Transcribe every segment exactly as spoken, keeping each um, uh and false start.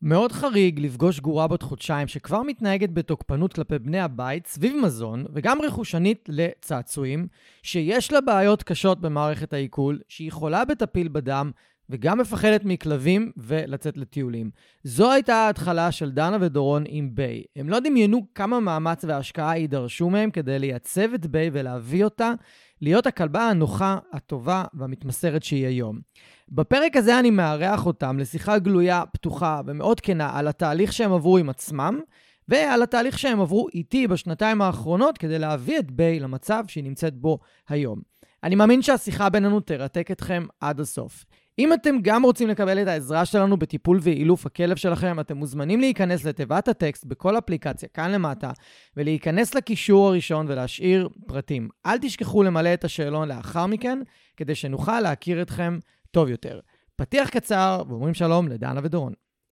מאוד חריג לפגוש גורה בת חודשיים שכבר מתנהגת בתוקפנות כלפי בני הבית סביב מזון וגם רכושנית לצעצועים, שיש לה בעיות קשות במערכת העיכול, שהיא חולה בטפיל בדם וגם מפחדת מכלבים ולצאת לטיולים. זו הייתה ההתחלה של דנה ודורון עם ביי. הם לא דמיינו כמה מאמץ והשקעה יידרשו מהם כדי לייצב את ביי ולהביא אותה להיות הכלבה הנוחה, הטובה והמתמסרת שהיא היום. בפרק הזה אני מארח אותם לשיחה גלויה, פתוחה ומאוד כנה על התהליך שהם עברו עם עצמם, ועל התהליך שהם עברו איתי בשנתיים האחרונות כדי להביא את ביי למצב שהיא נמצאת בו היום. אני מאמין שהשיחה בינינו תרתק אתכם עד הסוף. אם אתם גם רוצים לקבל את העזרה שלנו בטיפול ואילוף הכלב שלכם, אתם מוזמנים להיכנס לתיבת הטקסט בכל אפליקציה כאן למטה, ולהיכנס לקישור הראשון ולהשאיר פרטים. אל תשכחו למלא את השאלון לאחר מכן, כדי שנוכל להכיר אתכם טוב יותר. פתיח קצר, ואומרים שלום לדנה ודורון.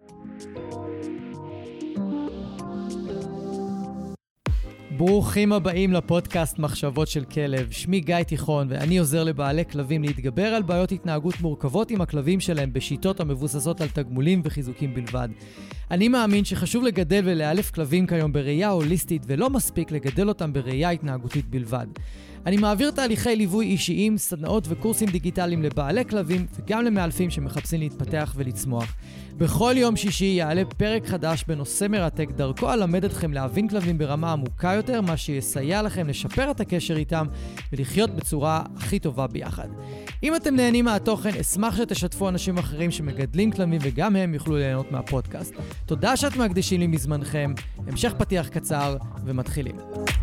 ברוכים הבאים לפודקאסט מחשבות של כלב. שמי גיא תיכון, ואני עוזר לבעלי כלבים להתגבר על בעיות התנהגות מורכבות עם הכלבים שלהם בשיטות המבוססות על תגמולים וחיזוקים בלבד. אני מאמין שחשוב לגדל ולאלף כלבים כיום בראייה הוליסטית, ולא מספיק לגדל אותם בראייה התנהגותית בלבד. אני מעביר תהליכי ליווי אישיים, סדנאות וקורסים דיגיטליים לבעלי כלבים וגם למאלפים שמחפשים להתפתח ולצמוח. בכל יום שישי יעלה פרק חדש בנושא מרתק, דרכו אלמד אתכם להבין כלבים ברמה עמוקה יותר, מה שיסייע לכם לשפר את הקשר איתם ולחיות בצורה הכי טובה ביחד. אם אתם נהנים מהתוכן, אשמח שתשתפו אנשים אחרים שמגדלים כלבים וגם הם יוכלו ליהנות מהפודקאסט. תודה שאתם מקדישים לי מזמנכם, המשך פתיח קצר ומתחילים.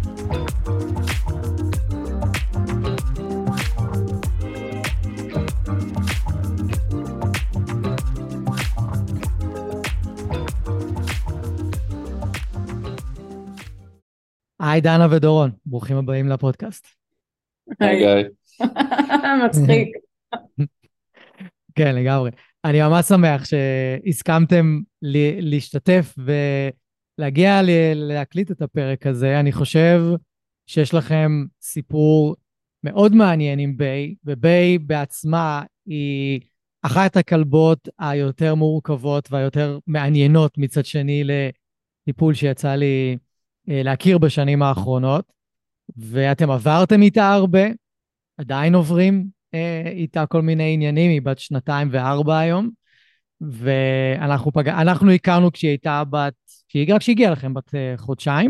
היי דנה ודורון, ברוכים הבאים לפודקאסט. היי גיא. מצחיק. כן, לגמרי. אני ממש שמח שהסכמתם להשתתף ולהגיע להקליט את הפרק הזה. אני חושב שיש לכם סיפור מאוד מעניין עם ביי, וביי בעצמה היא אחת הכלבות היותר מורכבות והיותר מעניינות מצד שני לטיפול שיצא לי להכיר בשנים האחרונות, ואתם עברתם איתה הרבה, עדיין עוברים אה, איתה כל מיני עניינים, היא בת שנתיים וארבע היום, ואנחנו פג... אנחנו הכרנו כשהיא הייתה בת, כשהיא, כשהיא הגיעה לכם בת אה, חודשיים,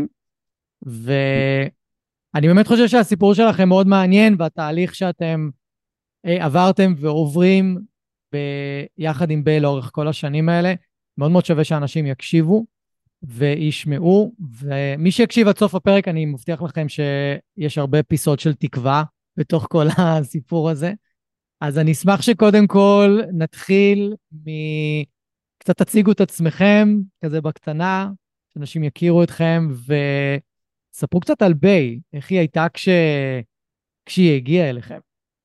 ואני באמת חושב שהסיפור שלכם מאוד מעניין, והתהליך שאתם אה, עברתם ועוברים ביחד עם ביי לאורך כל השנים האלה, מאוד מאוד שווה שאנשים יקשיבו, וישמעו, ומי שיקשיב עד סוף הפרק, אני מבטיח לכם שיש הרבה פיסות של תקווה בתוך כל הסיפור הזה. אז אני אשמח שקודם כל נתחיל מקצת תציגו את עצמכם, כזה בקטנה, שאנשים יכירו אתכם, וספרו קצת על ביי, איך היא הייתה כש... כשהיא הגיעה אליכם.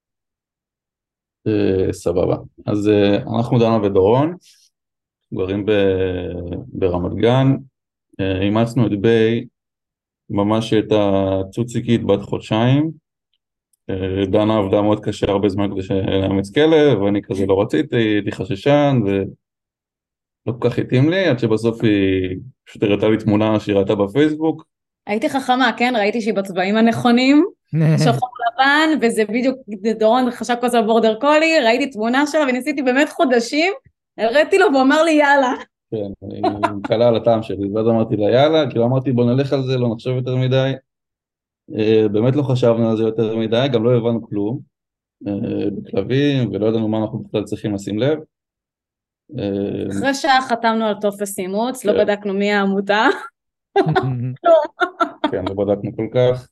סבבה. אז אנחנו דנה ודורון, גרים ברמת גן, אימצנו את ביי, ממש את הצוציקית בת חודשיים, דנה עבדה מאוד קשה הרבה זמן כדי לאמץ כלב, ואני כזה לא רציתי, הייתי חששן, ולא כל כך התאים לי, עד שבסוף היא פשוט הראתה לי תמונה שהיא ראתה בפייסבוק. הייתי חכמה, כן? ראיתי שהיא בצבעים הנכונים, שחור לבן, וזה בדיוק, דורון חשב כל זה בורדר קולי, ראיתי תמונה שלה וניסיתי באמת חודשים, הראיתי לו והוא אמר לי יאללה. כן, אני קלה על הטעם שלי, ואז אמרתי לה יאללה, כאילו אמרתי בוא נלך על זה, לא נחשב יותר מדי, באמת לא חשבנו על זה יותר מדי, גם לא הבנו כלום, בכלבים, ולא ידענו מה אנחנו בכלל צריכים לשים לב. אחרי שעה חתמנו על טופס אימוץ, לא בדקנו מי העמותה. כן, לא בדקנו כל כך.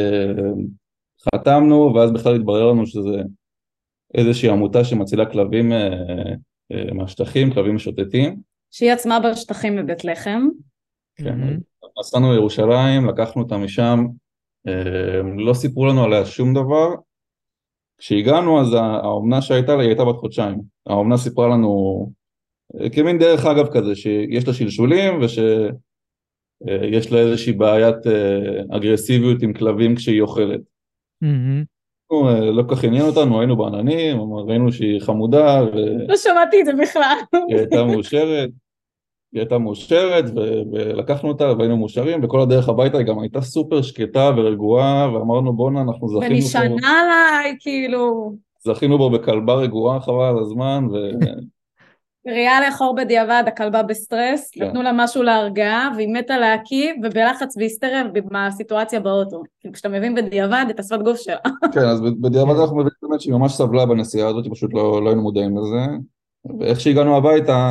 חתמנו, ואז בכלל התברר לנו שזה איזושהי עמותה שמצילה כלבים מהשטחים, כלבים משוטטים. שהיא עצמה בשטחים בבית לחם. כן, נסענו לירושלים, לקחנו אותה משם, לא סיפרו לנו עליה שום דבר. כשהגענו, אז האומנה שהייתה לה, היא הייתה בת חודשיים. האומנה סיפרה לנו, כמין דרך אגב כזה, שיש לה שלשולים, ושיש לה איזושהי בעיית אגרסיביות עם כלבים כשהיא אוכלת. לא כך עניין אותנו, היינו בעננים, ראינו שהיא חמודה, לא שמעתי את זה בכלל. היא הייתה מאושרת. היא הייתה מאושרת, ו- ולקחנו אותה והיינו מאושרים, וכל הדרך הביתה היא גם הייתה סופר שקטה ורגועה, ואמרנו בואנה, אנחנו זכינו פה, ונשענה עליי, כאילו, זכינו בו בכלבה רגועה חבל על הזמן, קריאה לאחור בדיעבד, הכלבה בסטרס, וכן, נתנו לה משהו להרגעה, והיא מתה להקיא, ובלחץ והיסטריה בסיטואציה באוטו. כאילו, כשאתה מבין בדיעבד את השפת גוף שלה. כן, אז בדיעבד אנחנו מבינים באמת שהיא ממש סבלה בנסיעה הזאת, פשוט לא, לא היינו מודעים לזה, ואיך שהגענו הביתה,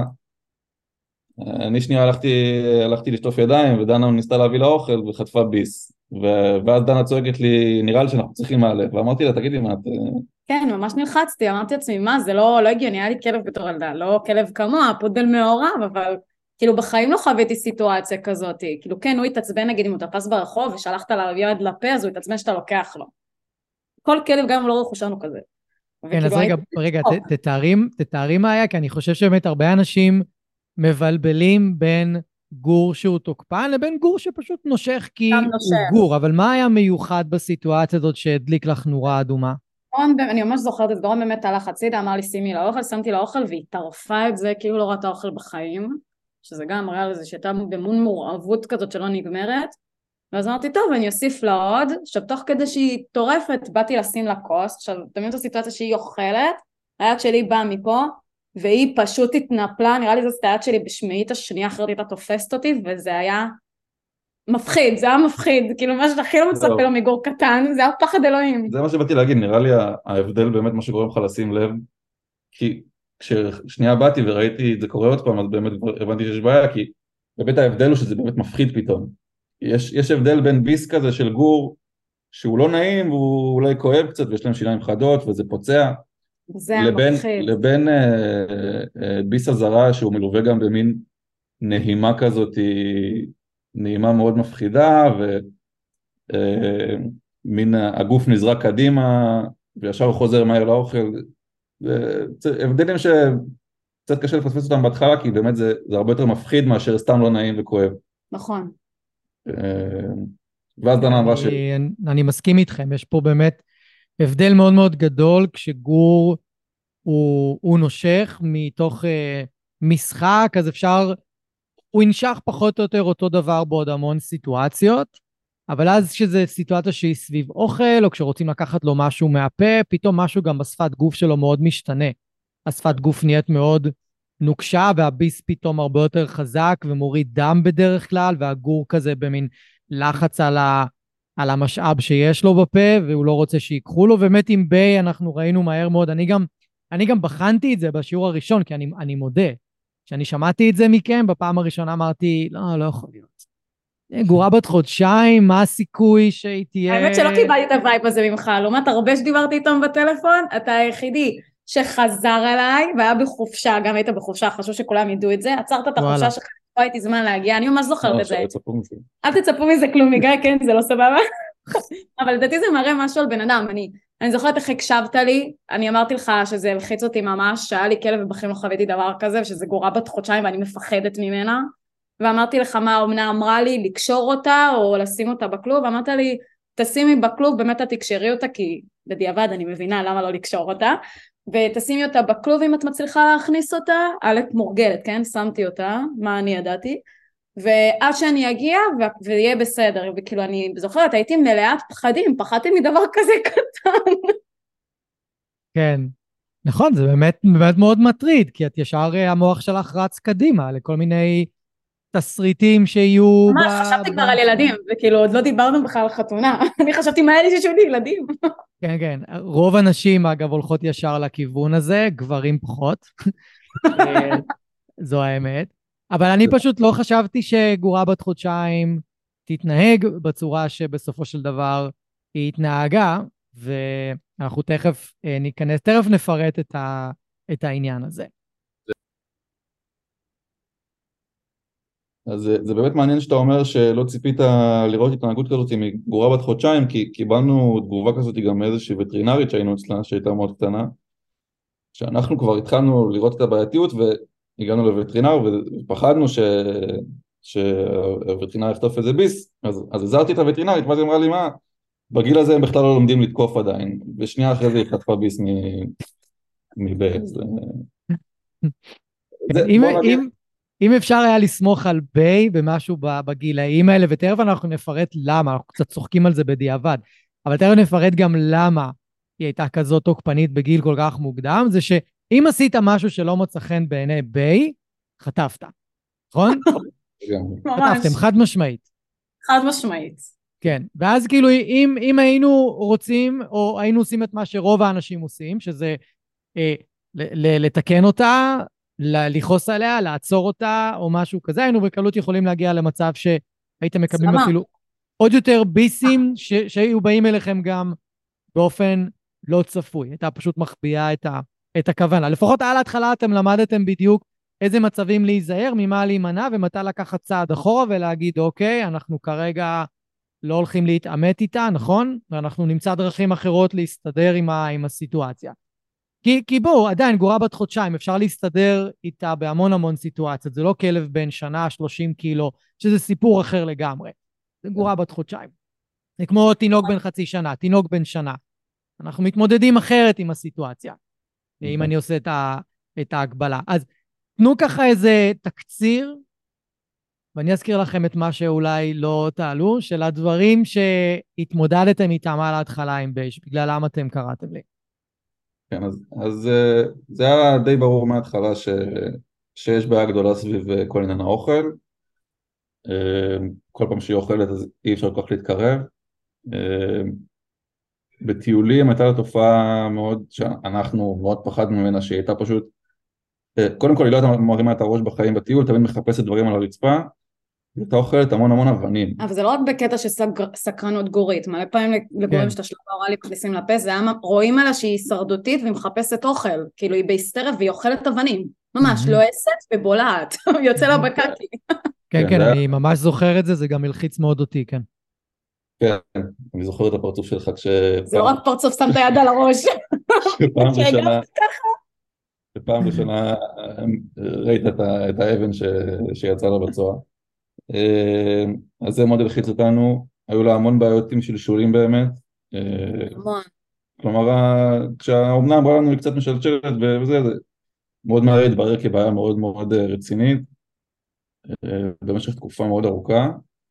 אני שנייה הלכתי, הלכתי לשטוף ידיים, ודנה ניסתה להביא לה אוכל וחטפה ביס, ו- ואז דנה צועקת לי, נראה לי שאנחנו צריכים מעלה, ואמרתי לה, תגידי מה את... כן, ממש נלחצתי, אמרתי לעצמי, מה, זה לא, לא הגיוני, היה לי כלב בתור ילדה, לא כלב כמוה, פודל מעורב, אבל כאילו בחיים לא חוויתי סיטואציה כזאת, כאילו כן, הוא התעצבן נגיד אם הוא תפס ברחוב ושלחת לה יד לפה, אז הוא התעצבן שאתה לוקח לו. כל כלב גם לא רכושנו כזה. כן, אז רגע, רגע, ת- תתארים, תתארים מה היה, כי אני חושב שבאמת הרבה אנשים מבלבלים בין גור שהוא תוקפן לבין גור שפשוט נושך כי גם הוא נושך. גור, אבל מה היה מיוחד בסיטואציה הזאת שהדליק לך נורה אדומה? דורון, אני ממש זוכרת את דורון באמת הלך הצידה, אמר לי שימי לאוכל, שמתי לאוכל והיא טרפה את זה, כאילו לא ראתה אוכל בחיים, שזה גם מראה לזה שהייתה במון מורעבות כזאת שלא נגמרת, ואז אמרתי טוב אני אוסיף לה עוד, עכשיו תוך כדי שהיא טורפת באתי לשים לה כוס, עכשיו תמיד את הסיטואציה שהיא אוכלת, היד שלי באה מפה, והיא פשוט התנפלה, נראה לי זאת היד שלי בשמעית השנייה אחרת הייתה תופסת אותי, וזה היה מפחיד, זה היה מפחיד, כאילו מה שהכי לא מצפה לו מגור קטן, זה היה פחד אלוהים. זה מה שבאתי להגיד, נראה לי ההבדל באמת מה שגורם לך לשים לב, כי כששנייה באתי וראיתי את זה קורה עוד פעם, אז באמת הבנתי שיש בעיה, כי באמת ההבדל הוא שזה באמת מפחיד פתאום. יש, יש הבדל בין ביס כזה של גור, שהוא לא נעים, והוא אולי כואב קצת, ויש להם שיניים חדות, וזה פוצע, זה לבין, המפחיד. לבין אה, אה, ביס הזרה, שהוא מלווה גם במין נהימה כזאת, נעימה מאוד מפחידה, ומין הגוף נזרק קדימה, וישר חוזר מהר לאוכל, הבדלים שקצת קשה לפספס אותם בהתחלה, כי באמת זה, זה הרבה יותר מפחיד מאשר סתם לא נעים וכואב. נכון. ואז דנה אמרה ש... אני, אני מסכים איתכם, יש פה באמת הבדל מאוד מאוד גדול כשגור הוא, הוא נושך מתוך uh, משחק, אז אפשר, הוא ינשך פחות או יותר אותו דבר בעוד המון סיטואציות, אבל אז כשזה סיטואציה שהיא סביב אוכל, או כשרוצים לקחת לו משהו מהפה, פתאום משהו גם בשפת גוף שלו מאוד משתנה. השפת גוף נהיית מאוד נוקשה, והביס פתאום הרבה יותר חזק, ומוריד דם בדרך כלל, והגור כזה במין לחץ על, ה, על המשאב שיש לו בפה, והוא לא רוצה שיקחו לו, ובאמת עם ביי אנחנו ראינו מהר מאוד, אני גם, אני גם בחנתי את זה בשיעור הראשון, כי אני, אני מודה, כשאני שמעתי את זה מכם, בפעם הראשונה אמרתי, לא, לא יכול להיות. גורה בת חודשיים, מה הסיכוי שהיא תהיה... האמת שלא קיבלתי את הווייב הזה ממך, לעומת הרבה שדיברתי איתם בטלפון, אתה היחידי שחזר אליי, והיה בחופשה, גם היית בחופשה, חשוב שכולם ידעו את זה, עצרת את החופשה שלך, לא הייתי זמן להגיע, אני ממש זוכרת את זה. אל תצפו מזה כלום, מגיא, כן, זה לא סבבה. אבל לדעתי זה מראה משהו על בן אדם, אני, אני זוכרת איך הקשבת לי, אני אמרתי לך שזה הלחיץ אותי ממש, שהיה לי כלב ובחיים לא חוויתי דבר כזה, ושזה גורה בת חודשיים ואני מפחדת ממנה, ואמרתי לך מה האמנה אמרה לי, לקשור אותה או לשים אותה בכלוב, ואמרת לי, תשימי בכלוב, באמת את תקשרי אותה, כי בדיעבד אני מבינה למה לא לקשור אותה, ותשימי אותה בכלוב אם את מצליחה להכניס אותה, א' מורגלת, כן? שמתי אותה, מה אני ידעתי, ועד שאני אגיע ו- ויהיה בסדר, וכאילו אני זוכרת, הייתי מלאת פחדים, פחדתי מדבר כזה קטן. כן, נכון, זה באמת, באמת מאוד מטריד, כי את ישר המוח שלך רץ קדימה לכל מיני תסריטים שיהיו... ממש, ב- חשבתי כבר על ילדים, וכאילו עוד לא דיברנו בכלל על חתונה, אני חשבתי מה היה לי ששו לי ילדים. כן, כן, רוב הנשים אגב הולכות ישר לכיוון הזה, גברים פחות, זו האמת, אבל אני פשוט לא חשבתי שגורה בת חודשיים תתנהג בצורה שבסופו של דבר היא התנהגה, ואנחנו תכף ניכנס, תכף נפרט את, ה, את העניין הזה. אז זה, זה באמת מעניין שאתה אומר שלא ציפית לראות התנהגות כזאת מגורה בת חודשיים, כי קיבלנו תגובה כזאת גם מאיזושהי וטרינרית שהיינו אצלה, שהייתה מאוד קטנה, שאנחנו כבר התחלנו לראות את הבעייתיות והגענו לווטרינר ופחדנו ש... שהווטרינר יחטוף איזה ביס, אז, אז הזרתי את הווטרינרית, ואז היא אמרה לי מה, בגיל הזה הם בכלל לא לומדים לתקוף עדיין, ושנייה אחרי זה היא חטפה ביס מבית. אם... אם אפשר היה לסמוך על ביי במשהו בגילאים האלה, ותכף אנחנו נפרט למה, אנחנו קצת צוחקים על זה בדיעבד, אבל תכף נפרט גם למה היא הייתה כזאת תוקפנית בגיל כל כך מוקדם, זה שאם עשית משהו שלא מוצא חן בעיני ביי, חטפת, נכון? חטפתם, חד משמעית. חד משמעית. כן, ואז כאילו אם, אם היינו רוצים, או היינו עושים את מה שרוב האנשים עושים, שזה אה, ל- ל- לתקן אותה, לכעוס עליה, לעצור אותה, או משהו כזה, היינו בקלות יכולים להגיע למצב שהייתם מקבלים סלמה. אפילו עוד יותר ביסים, ש- שהיו באים אליכם גם באופן לא צפוי. הייתה פשוט מחביאה את, ה- את הכוונה. לפחות על ההתחלה אתם למדתם בדיוק איזה מצבים להיזהר, ממה להימנע, ומתי לקחת צעד אחורה ולהגיד, אוקיי, אנחנו כרגע לא הולכים להתעמת איתה, נכון? ואנחנו נמצא דרכים אחרות להסתדר עם, ה- עם הסיטואציה. כי, כי בואו, עדיין גורה בת חודשיים, אפשר להסתדר איתה בהמון המון סיטואציות. זה לא כלב בן שנה, שלושים קילו, שזה סיפור אחר לגמרי. זה גורה בת חודשיים. זה כמו תינוק בן חצי שנה, תינוק בן שנה. אנחנו מתמודדים אחרת עם הסיטואציה, אם אני עושה את, ה, את ההגבלה. אז תנו ככה איזה תקציר, ואני אזכיר לכם את מה שאולי לא תעלו, של הדברים שהתמודדתם איתם על ההתחלה עם בייש, בגלל למה אתם קראתם לי. כן, אז, אז זה היה די ברור מההתחלה ש, שיש בעיה גדולה סביב כל עניין האוכל. כל פעם שהיא אוכלת אז אי אפשר כל כך להתקרב. בטיולים הייתה לה תופעה מאוד, שאנחנו מאוד פחדנו ממנה, שהיא הייתה פשוט, קודם כל היא לא הייתה מרימה את הראש בחיים בטיול, תמיד מחפשת דברים על הרצפה, הייתה אוכלת המון המון אבנים. אבל זה לא רק בקטע של סקרנות גורית, מלא פעמים לגורים שאתה שלב האורלי מכניסים לפה, זה היה רואים עליה שהיא שרדותית והיא מחפשת אוכל, כאילו היא בהיסטריה והיא אוכלת אבנים, ממש לועסת ובולעת, יוצא לה בקקי. כן, כן, אני ממש זוכר את זה, זה גם מלחיץ מאוד אותי, כן. כן, אני זוכר את הפרצוף שלך כש... זה לא רק פרצוף, שם את היד על הראש. שפעם ראשונה... שפעם ראשונה ראית את האבן שיצא לה בצועה. אז זה מאוד הלחיץ אותנו, היו לה המון בעיות עם שלשולים באמת. המון. כלומר, כשהאומנה אמרה לנו היא קצת משלשלת וזה, זה מאוד מהר התברר כבעיה מאוד מאוד רצינית, במשך תקופה מאוד ארוכה.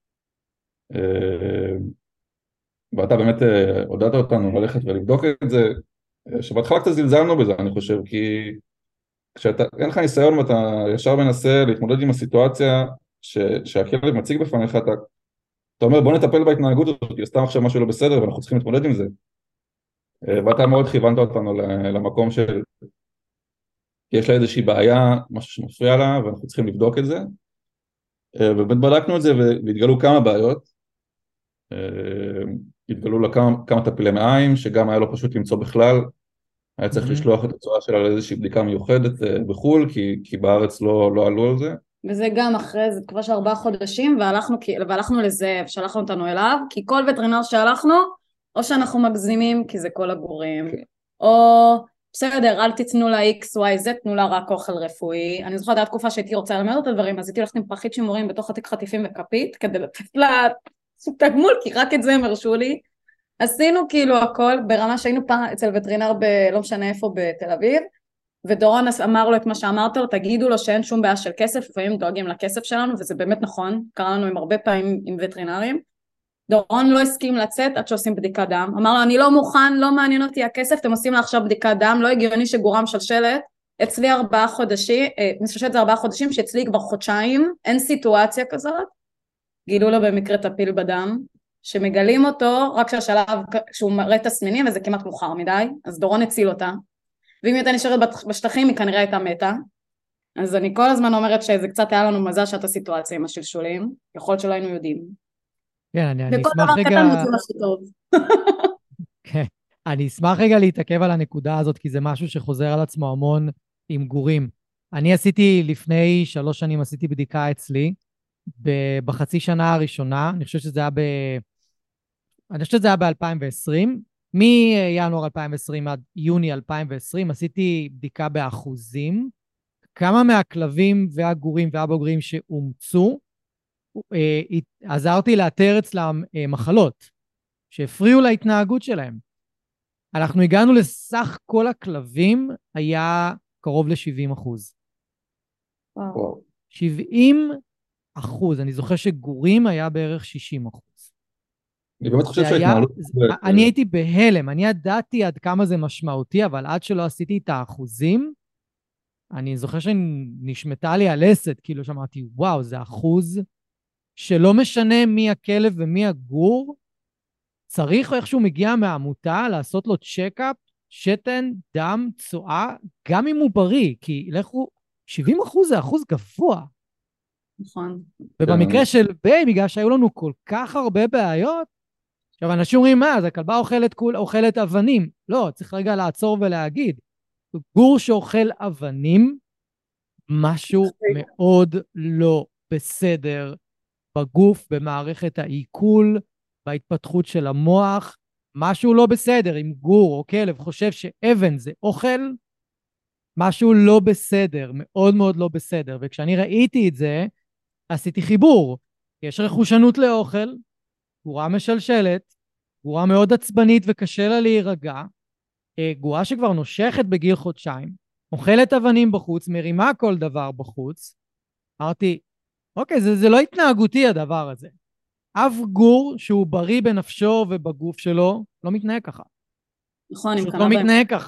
ואתה באמת הודעת אותנו ללכת ולבדוק את זה, שבהתחלה קצת זלזלנו בזה, אני חושב, כי כשאתה, אין לך ניסיון ואתה ישר מנסה להתמודד עם הסיטואציה ש, שהכלב מציג בפניך, אתה, אתה אומר בוא נטפל בהתנהגות הזאת, כי סתם עכשיו משהו לא בסדר ואנחנו צריכים להתמודד עם זה. ואתה מאוד כיוונת אותנו למקום של, יש לה איזושהי בעיה, משהו שמפריע לה, ואנחנו צריכים לבדוק את זה. ובאמת בדקנו את זה והתגלו כמה בעיות. התגלו לה כמה, כמה טפילי מעיים, שגם היה לא פשוט למצוא בכלל, היה צריך לשלוח את הצורה שלה לאיזושהי בדיקה מיוחדת בחול, כי, כי בארץ לא, לא עלו על זה. וזה גם אחרי, זה תקופה של ארבעה חודשים, והלכנו, והלכנו לזאב, שלחנו אותנו אליו, כי כל וטרינר שהלכנו, או שאנחנו מגזימים, כי זה כל הגורים, או בסדר, אל תתנו לה X, Y, Z, תנו לה רק אוכל רפואי. אני זוכרת, הייתה תקופה שהייתי רוצה ללמד את הדברים, אז הייתי הולכת עם פחית שימורים בתוך התיק חטיפים וכפית, כדי לתת לה תגמול, כי רק את זה הם הרשו לי. עשינו כאילו הכל, ברמה שהיינו פעם אצל וטרינר ב... לא משנה איפה בתל אביב, ודורון אמר לו את מה שאמרת לו, תגידו לו שאין שום בעיה של כסף, לפעמים דואגים לכסף שלנו, וזה באמת נכון, קרה לנו עם הרבה פעמים עם וטרינרים. דורון לא הסכים לצאת עד שעושים בדיקת דם, אמר לו אני לא מוכן, לא מעניין אותי הכסף, אתם עושים לה עכשיו בדיקת דם, לא הגיוני שגורם שלשלת, אצלי ארבעה חודשים, משלשלת זה ארבעה חודשים, שאצלי כבר חודשיים, אין סיטואציה כזאת, גילו לו במקרה טפיל בדם, שמגלים אותו רק שהשלב, שהוא מראה תסמינים, וזה כמעט מאוחר מדי, אז דורון הציל אותה, ואם היא הייתה נשארת בשטחים, היא כנראה הייתה מתה, אז אני כל הזמן אומרת שזה קצת היה לנו מזל שהייתה סיטואציה עם השלשולים, יכול להיות שלא היינו יודעים. כן, אני, אני וכל אשמח דבר רגע... קטן מוצאים הכי טוב. כן, אני אשמח רגע להתעכב על הנקודה הזאת, כי זה משהו שחוזר על עצמו המון עם גורים. אני עשיתי לפני שלוש שנים, עשיתי בדיקה אצלי, בחצי שנה הראשונה, אני חושב שזה היה ב... אני חושב שזה היה ב-אלפיים ועשרים, מינואר אלפיים ועשרים עד יוני אלפיים ועשרים, עשיתי בדיקה באחוזים, כמה מהכלבים והגורים והבוגרים שאומצו, עזרתי לאתר אצלם מחלות, שהפריעו להתנהגות שלהם. אנחנו הגענו לסך כל הכלבים, היה קרוב ל-שבעים אחוז. וואו. שבעים אחוז. אני זוכר שגורים היה בערך שישים אחוז. אני באמת חושב זה היה, שההתנהלות... זה- אני הייתי בהלם, אני ידעתי עד כמה זה משמעותי, אבל עד שלא עשיתי את האחוזים, אני זוכר שנשמטה לי הלסת, כאילו שאמרתי, וואו, זה אחוז שלא משנה מי הכלב ומי הגור, צריך איכשהו מגיע מהעמותה לעשות לו צ'קאפ, שתן, דם, צואה, גם אם הוא בריא, כי לכו, שבעים אחוז זה אחוז גבוה. נכון. ובמקרה של ביי, בגלל שהיו לנו כל כך הרבה בעיות, עכשיו אנשים אומרים, מה, אז הכלבה אוכלת, כול, אוכלת אבנים. לא, צריך רגע לעצור ולהגיד, גור שאוכל אבנים, משהו מאוד לא בסדר בגוף, במערכת העיכול, בהתפתחות של המוח, משהו לא בסדר. אם גור או כלב חושב שאבן זה אוכל, משהו לא בסדר, מאוד מאוד לא בסדר. וכשאני ראיתי את זה, עשיתי חיבור. יש רכושנות לאוכל, גורה משלשלת, גורה מאוד עצבנית וקשה לה להירגע, גורה שכבר נושכת בגיל חודשיים, אוכלת אבנים בחוץ, מרימה כל דבר בחוץ. אמרתי, אוקיי, זה, זה לא התנהגותי הדבר הזה. אף גור שהוא בריא בנפשו ובגוף שלו, לא מתנהג ככה. נכון, פשוט לא מתנהג ככה.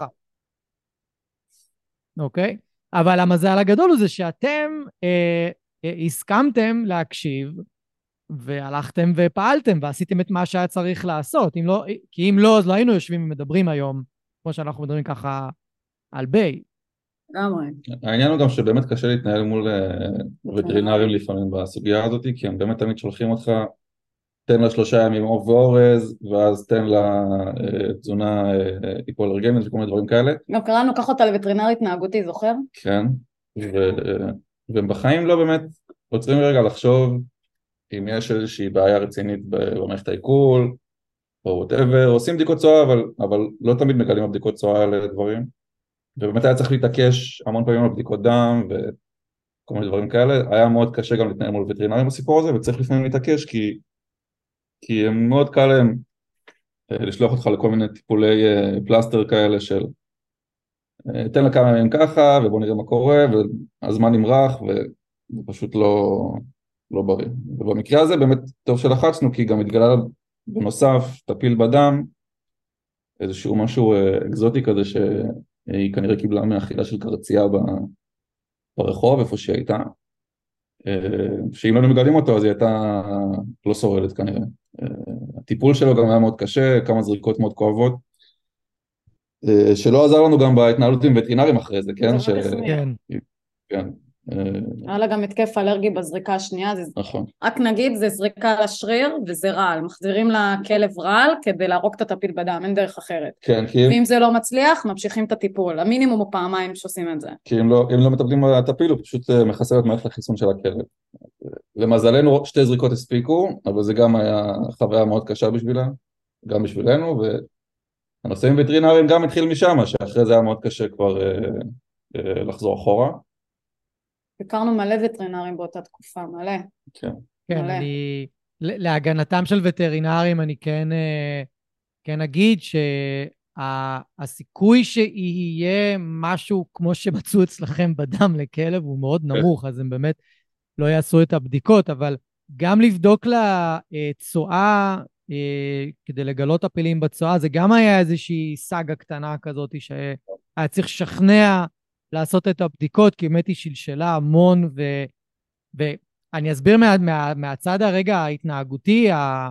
אוקיי? אבל המזל הגדול הוא זה שאתם אה, אה, הסכמתם להקשיב, והלכתם ופעלתם, ועשיתם את מה שהיה צריך לעשות. אם לא, כי אם לא, אז לא היינו יושבים ומדברים היום, כמו שאנחנו מדברים ככה על ביי. העניין הוא גם שבאמת קשה להתנהל מול וטרינרים לפעמים בסוגיה הזאת, כי הם באמת תמיד שולחים אותך, תן לה שלושה ימים עוף ואורז, ואז תן לה תזונה היפואלרגנית וכל מיני דברים כאלה. גם קראנו ככה אותה לווטרינר התנהגותי, זוכר? כן, והם בחיים לא באמת עוצרים רגע לחשוב אם יש איזושהי בעיה רצינית במערכת העיכול, או whatever, עושים בדיקות צואה, אבל, אבל לא תמיד מגלים הבדיקות צואה על דברים, ובאמת היה צריך להתעקש המון פעמים על בדיקות דם וכל מיני דברים כאלה. היה מאוד קשה גם להתנהל מול וטרינרים בסיפור הזה, וצריך לפעמים להתעקש, כי, כי הם מאוד קל להם לשלוח אותך לכל מיני טיפולי פלסטר כאלה של תן לה כמה ימים ככה, ובוא נראה מה קורה, והזמן נמרח, וזה פשוט לא, לא בריא. ובמקרה הזה באמת טוב שלחצנו, כי גם התגלה בנוסף תפיל בדם, איזשהו משהו אקזוטי כזה, שהיא כנראה קיבלה מאכילה של קרצייה ברחוב, איפה שהיא הייתה, שאם לא מגלים אותו, אז היא הייתה לא שורדת כנראה. הטיפול שלו גם היה מאוד קשה, כמה זריקות מאוד כואבות, שלא עזר לנו גם בהתנהלות עם וטרינרים אחרי זה, כן? זה כן. כן. היה לה גם התקף אלרגי בזריקה השנייה, נכון. רק נגיד, זה זריקה לשריר וזה רעל, מחזירים לכלב רעל כדי להרוג את הטפיל בדם, אין דרך אחרת. כן, כי... ואם זה לא מצליח, ממשיכים את הטיפול, המינימום הוא פעמיים שעושים את זה. כי אם לא, אם לא מטפלים בטפיל, הוא פשוט מחסל את מערכת החיסון של הכלב. למזלנו שתי זריקות הספיקו, אבל זה גם היה חוויה מאוד קשה בשבילה, גם בשבילנו, והנושאים וטרינרים גם התחיל משם, שאחרי זה היה מאוד קשה כבר אה, אה, לחזור אחורה. הכרנו מלא וטרינרים באותה תקופה, מלא. כן. כן, מלא. אני, להגנתם של וטרינרים, אני כן, כן אגיד שהסיכוי שיהיה משהו כמו שמצאו אצלכם בדם לכלב הוא מאוד נמוך, אז הם באמת לא יעשו את הבדיקות, אבל גם לבדוק לצואה כדי לגלות טפילים בצואה, זה גם היה איזושהי סאגה קטנה כזאת שהיה צריך לשכנע לעשות את הבדיקות, כי באמת היא שלשלה המון, ו... ואני אסביר מה, מה, מהצד הרגע ההתנהגותי,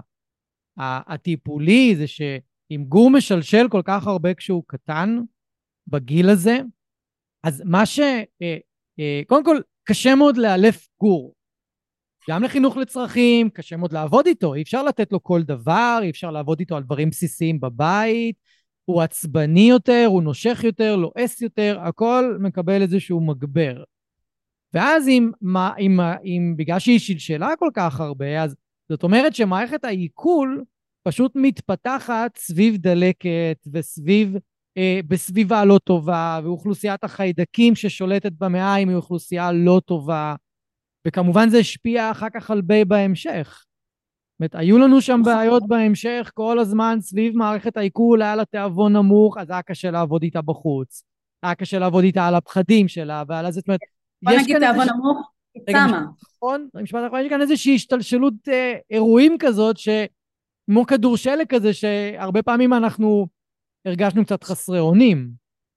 הטיפולי, זה שאם גור משלשל כל כך הרבה כשהוא קטן, בגיל הזה, אז מה ש... קודם כל, קשה מאוד לאלף גור. גם לחינוך לצרכים, קשה מאוד לעבוד איתו, אי אפשר לתת לו כל דבר, אי אפשר לעבוד איתו על דברים בסיסיים בבית, הוא עצבני יותר, הוא נושך יותר, לועס יותר, הכל מקבל איזשהו מגבר. ואז אם, מה, אם, אם בגלל שהיא שלשלה כל כך הרבה, אז זאת אומרת שמערכת העיכול פשוט מתפתחת סביב דלקת וסביב, אה, בסביבה לא טובה, ואוכלוסיית החיידקים ששולטת במעיים היא אוכלוסייה לא טובה, וכמובן זה השפיע אחר כך על בי בהמשך. זאת אומרת, היו לנו שם בעיות בהמשך כל הזמן סביב מערכת העיכול, היה לה תיאבון נמוך, אז היה קשה לעבוד איתה בחוץ. היה קשה לעבוד איתה על הפחדים שלה, ועל זה, זאת אומרת, בוא נגיד תיאבון נמוך, צמה. נכון, משפט אחרון, יש כאן איזושהי השתלשלות אה, אירועים כזאת, שכמו כדור שלג כזה, שהרבה פעמים אנחנו הרגשנו קצת חסרי אונים.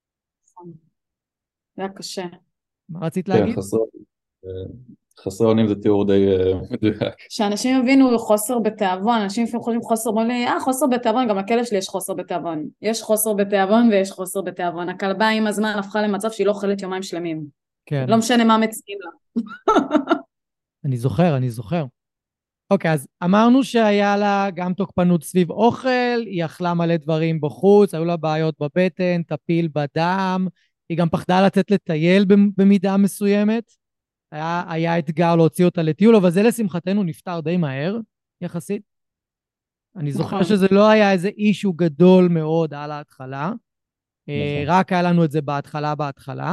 זה היה קשה. מה רצית כן, להגיד? חסרי, חסרי אונים זה תיאור די מדויק. שאנשים הבינו חוסר בתיאבון, אנשים לפעמים חושבים חוסר, אומרים לי, אה, חוסר בתיאבון, גם לכלב שלי יש חוסר בתיאבון. יש חוסר בתיאבון ויש חוסר בתיאבון. הכלבה עם הזמן הפכה למצב שהיא לא אוכלת יומיים שלמים. כן. לא משנה מה מציעים לה. אני זוכר, אני זוכר. אוקיי, אז אמרנו שהיה לה גם תוקפנות סביב אוכל, היא אכלה מלא דברים בחוץ, היו לה בעיות בבטן, טפיל בדם, היא גם פחדה לצאת לטייל במידה מסוימת. היה, היה אתגר להוציא אותה לטיול, אבל זה לשמחתנו נפטר די מהר, יחסית. אני זוכר שזה לא היה איזה אישו גדול מאוד על ההתחלה, רק היה לנו את זה בהתחלה בהתחלה,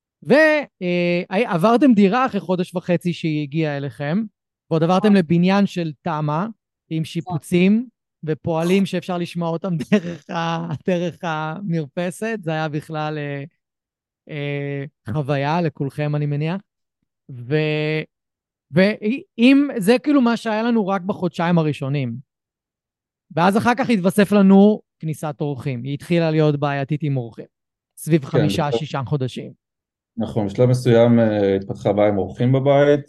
ועברתם דירה אחרי חודש וחצי שהיא הגיעה אליכם, ועוד עברתם לבניין של תמה, עם שיפוצים, ופועלים שאפשר לשמוע אותם דרך, ה, דרך המרפסת, זה היה בכלל אה, אה, חוויה לכולכם אני מניח, ו... ואם זה כאילו מה שהיה לנו רק בחודשיים הראשונים, ואז אחר כך התווסף לנו כניסת אורחים, היא התחילה להיות בעייתית עם אורחים, סביב חמישה, כן, שישה חודשים. נכון, בשלב מסוים התפתחה בעיה עם אורחים בבית,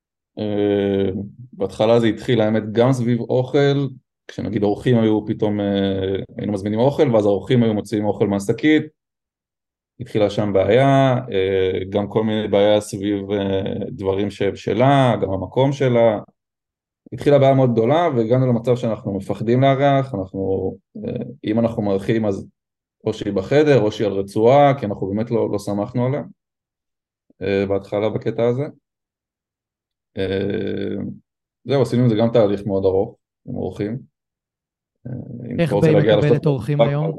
בהתחלה זה התחיל האמת גם סביב אוכל, כשנגיד אורחים היו פתאום, היינו מזמינים אוכל, ואז האורחים היו מוציאים אוכל מהשקית, התחילה שם בעיה, גם כל מיני בעיה סביב דברים שלה, גם המקום שלה, התחילה בעיה מאוד גדולה, והגענו למצב שאנחנו מפחדים לארח, אנחנו, אם אנחנו מארחים אז או שהיא בחדר, או שהיא על רצועה, כי אנחנו באמת לא, לא שמחנו עליה, בהתחלה בקטע הזה. זהו, עשינו עם זה גם תהליך מאוד ארוך, עם אורחים. איך באים לקבל את אורחים היום?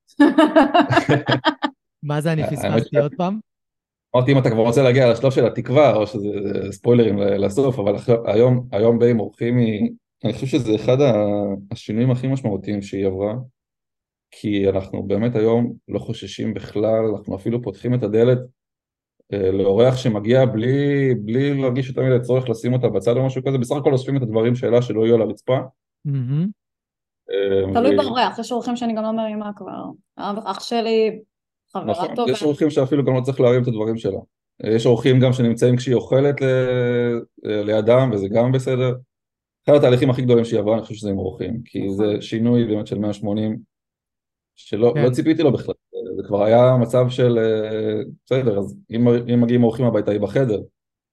מה זה אני פספסתי עוד פעם? אמרתי, אם אתה כבר רוצה להגיע לשלב של התקווה, או שזה ספוילרים לסוף, אבל היום, היום באים אורחים, אני חושב שזה אחד השינויים הכי משמעותיים שהיא עברה, כי אנחנו באמת היום לא חוששים בכלל, אנחנו אפילו פותחים את הדלת לאורח שמגיע בלי, בלי להרגיש יותר מדי צורך לשים אותה בצד או משהו כזה, בסך הכל אוספים את הדברים שלה שלא יהיו על הרצפה. תלוי באורח, יש אורחים שאני גם לא מרימה כבר, אח שלי, חברה טובה. יש אורחים שאפילו גם לא צריך להרים את הדברים שלה, יש אורחים גם שנמצאים כשהיא אוכלת לידם, וזה גם בסדר. אחד התהליכים הכי גדולים שהיא עברה, אני חושב שזה עם אורחים, כי זה שינוי באמת של מאה ושמונים, שלא לא ציפיתי לו בכלל, זה כבר היה מצב של, בסדר, אז אם, אם מגיעים אורחים הביתה, היא בחדר.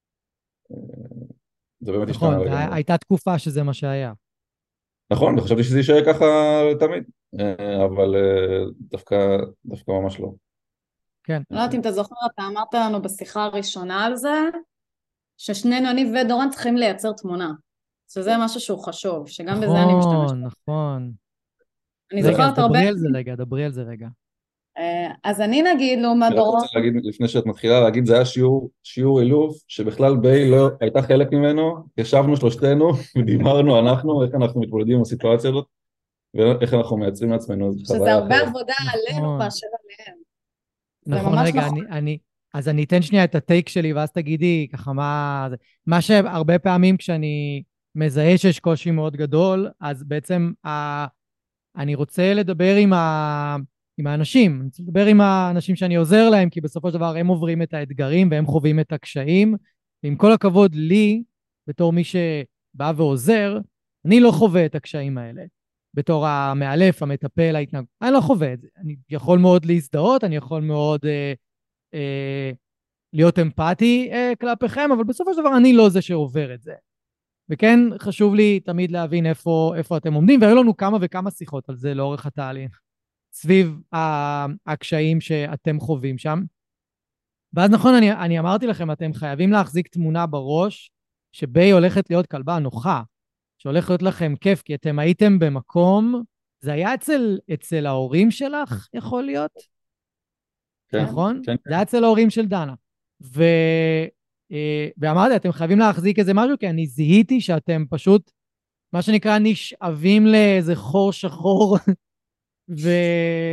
זה באמת השתנה. נכון, הייתה תקופה שזה מה שהיה. נכון, וחשבתי שזה יישאר ככה תמיד, אבל דווקא, דווקא ממש לא. כן. לא יודעת אם אתה זוכר, אתה אמרת לנו בשיחה הראשונה על זה, ששנינו, אני ודורן צריכים לייצר תמונה. שזה משהו שהוא חשוב, שגם בזה אני משתמשת. נכון, נכון. אני זוכרת הרבה... דברי על זה רגע, דברי על זה רגע. אז אני נגיד, לעומת דורון... אני רוצה להגיד, לפני שאת מתחילה להגיד, זה היה שיעור, שיעור אילוף, שבכלל ביי לא הייתה חלק ממנו, ישבנו שלושתנו ודיברנו אנחנו, איך אנחנו מתמודדים עם הסיטואציה הזאת, ואיך אנחנו מייצרים לעצמנו. שזה הרבה עבודה עלינו מאשר עליהם. נכון, רגע, אני, אני, אז אני אתן שנייה את הטייק שלי, ואז תגידי ככה מה... מה שהרבה פעמים כשאני מזהה שיש קושי מאוד גדול, אז בעצם ה... אני רוצה לדבר עם, ה... עם האנשים, אני רוצה לדבר עם האנשים שאני עוזר להם, כי בסופו של דבר הם עוברים את האתגרים והם חווים את הקשיים, ועם כל הכבוד לי, בתור מי שבא ועוזר, אני לא חווה את הקשיים האלה. בתור המאלף, המטפל, ההתנהג... אני לא חווה את זה. אני יכול מאוד להזדהות, אני יכול מאוד אה, אה, להיות אמפתי אה, כלפיכם, אבל בסופו של דבר אני לא זה שעובר את זה. וכן חשוב לי תמיד להבין איפה, איפה אתם עומדים, והיו לנו כמה וכמה שיחות על זה לאורך התהליך, סביב הקשיים שאתם חווים שם. ואז נכון, אני, אני אמרתי לכם, אתם חייבים להחזיק תמונה בראש, שביי הולכת להיות כלבה נוחה, שהולך להיות לכם כיף, כי אתם הייתם במקום, זה היה אצל, אצל ההורים שלך, יכול להיות? כן, נכון? כן. זה היה אצל ההורים של דנה. ו... ואמרתי, אתם חייבים להחזיק איזה משהו, כי אני זיהיתי שאתם פשוט, מה שנקרא, נשאבים לאיזה חור שחור, ו...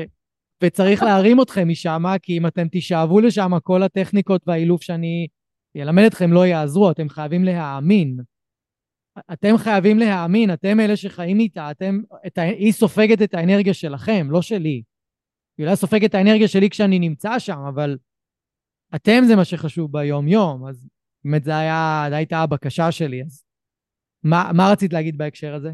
וצריך להרים אתכם משם, כי אם אתם תשאבו לשם כל הטכניקות והאילוף שאני ילמד אתכם לא יעזרו, אתם חייבים להאמין. אתם חייבים להאמין, אתם אלה שחיים איתה, אתם, את, היא סופגת את האנרגיה שלכם, לא שלי. היא אולי סופגת את האנרגיה שלי כשאני נמצא שם, אבל אתם זה מה שחשוב ביום יום, אז באמת זה היה, זה הייתה הבקשה שלי, אז מה, מה רצית להגיד בהקשר הזה?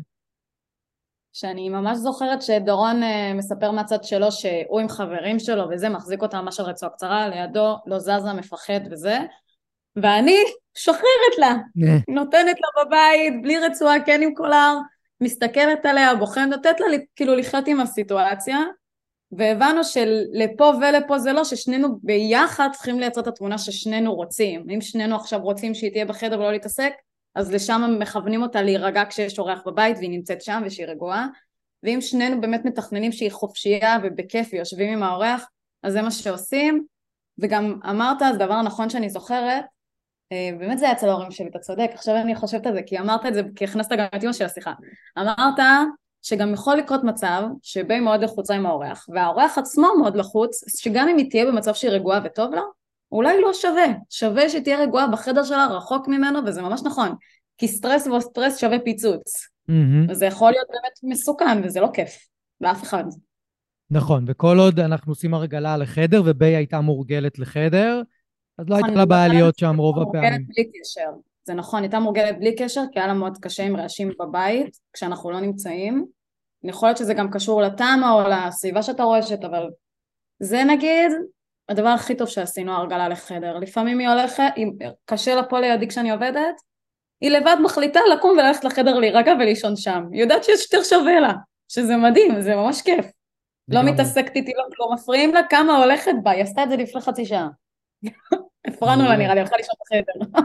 שאני ממש זוכרת שדורון uh, מספר מהצד שלו שהוא עם חברים שלו וזה מחזיק אותה ממש על רצועה קצרה, לידו לא זזה, מפחד וזה, ואני שוחררת לה, נותנת לה בבית, בלי רצועה, כן עם קולר, מסתכלת עליה, בוחנת, נותנת לה כאילו לחיות עם הסיטואציה, והבנו שלפה ולפה זה לא, ששנינו ביחד צריכים לייצר את התמונה ששנינו רוצים. אם שנינו עכשיו רוצים שהיא תהיה בחדר ולא להתעסק, אז לשם מכוונים אותה להירגע כשיש אורח בבית והיא נמצאת שם ושהיא רגועה. ואם שנינו באמת מתכננים שהיא חופשייה ובכיף ויושבים עם האורח, אז זה מה שעושים. וגם אמרת, אז דבר נכון שאני זוכרת, באמת זה היה אצל ההורים שלי, אתה צודק, עכשיו אני חושבת על זה, כי אמרת את זה, כי הכנסת גם את אמא של השיחה. אמרת שגם יכול לקרות מצב שבי מאוד לחוצה עם האורח, והאורח עצמו מאוד לחוץ, שגם אם היא תהיה במצב שהיא רגועה וטוב לה, אולי לא שווה, שווה שתהיה רגועה בחדר שלה, רחוק ממנו, וזה ממש נכון, כי סטרס וסטרס שווה פיצוץ, mm-hmm. וזה יכול להיות באמת מסוכן, וזה לא כיף, לאף אחד. נכון, וכל עוד אנחנו עושים הרגלה לחדר, ובי הייתה מורגלת לחדר, אז לא הייתה לה בעיה להיות שם רוב הפעמים. בלי קשר. זה נכון, הייתה מורגלת בלי קשר, כי היה לה מאוד קשה עם רעשים בבית, כשאנחנו לא נמצאים. יכול להיות שזה גם קשור לטעם או לסביבה שאתה רועשת, אבל זה נגיד הדבר הכי טוב שעשינו, הרגלה לחדר. לפעמים היא הולכת, קשה לה פה לידי כשאני עובדת, היא לבד מחליטה לקום וללכת לחדר להירגע ולישון שם. היא יודעת שיש יותר שווה לה, שזה מדהים, זה ממש כיף. לא מתעסקת איתי, לא מפריעים לה, כמה הולכת בה, היא עשתה את זה לפני חצי שעה. הפרענו לה נראה לי, הלכה לישון בחדר.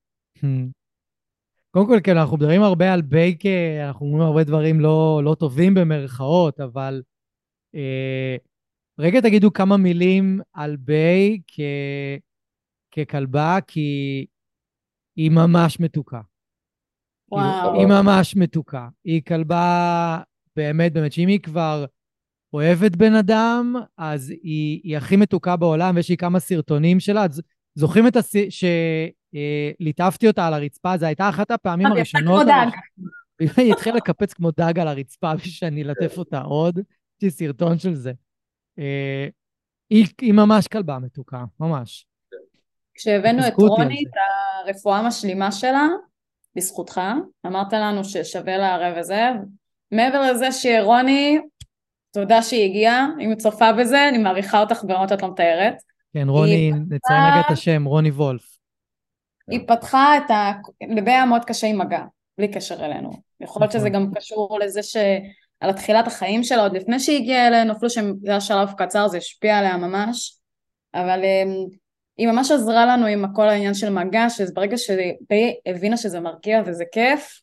קודם כל, כן, אנחנו מדברים הרבה על בייק, אנחנו אומרים הרבה דברים לא, לא טובים במרכאות, אבל אה, רגע תגידו כמה מילים על ביי כ, ככלבה, כי היא ממש מתוקה. וואו. היא ממש מתוקה. היא כלבה באמת, באמת, שאם היא כבר אוהבת בן אדם, אז היא, היא הכי מתוקה בעולם, ויש לי כמה סרטונים שלה, אז זוכרים את הס... שליטפתי אותה על הרצפה, זו הייתה אחת הפעמים הראשונות. היא התחילה לקפץ כמו דג על הרצפה, ושאני אלטף אותה עוד, יש לי סרטון של זה. היא, היא ממש כלבה מתוקה, ממש. כשהבאנו את רוני, את הרפואה המשלימה שלה, בזכותך, אמרת לנו ששווה לערב וזה, מעבר לזה שרוני, תודה שהיא הגיעה, אם צופה בזה, אני מעריכה אותך ברמות שאת לא מתארת. כן, רוני, נציין רגע את השם, רוני וולף. היא פתחה את ה... לביה היה מאוד קשה עם מגע, בלי קשר אלינו. יכול להיות שזה גם קשור לזה שעל התחילת החיים שלה, עוד לפני שהיא הגיעה אלינו, אפילו שזה היה שלב קצר, זה השפיע עליה ממש, אבל היא ממש עזרה לנו עם כל העניין של מגע, שברגע שהיא הבינה שזה מרגיע וזה כיף,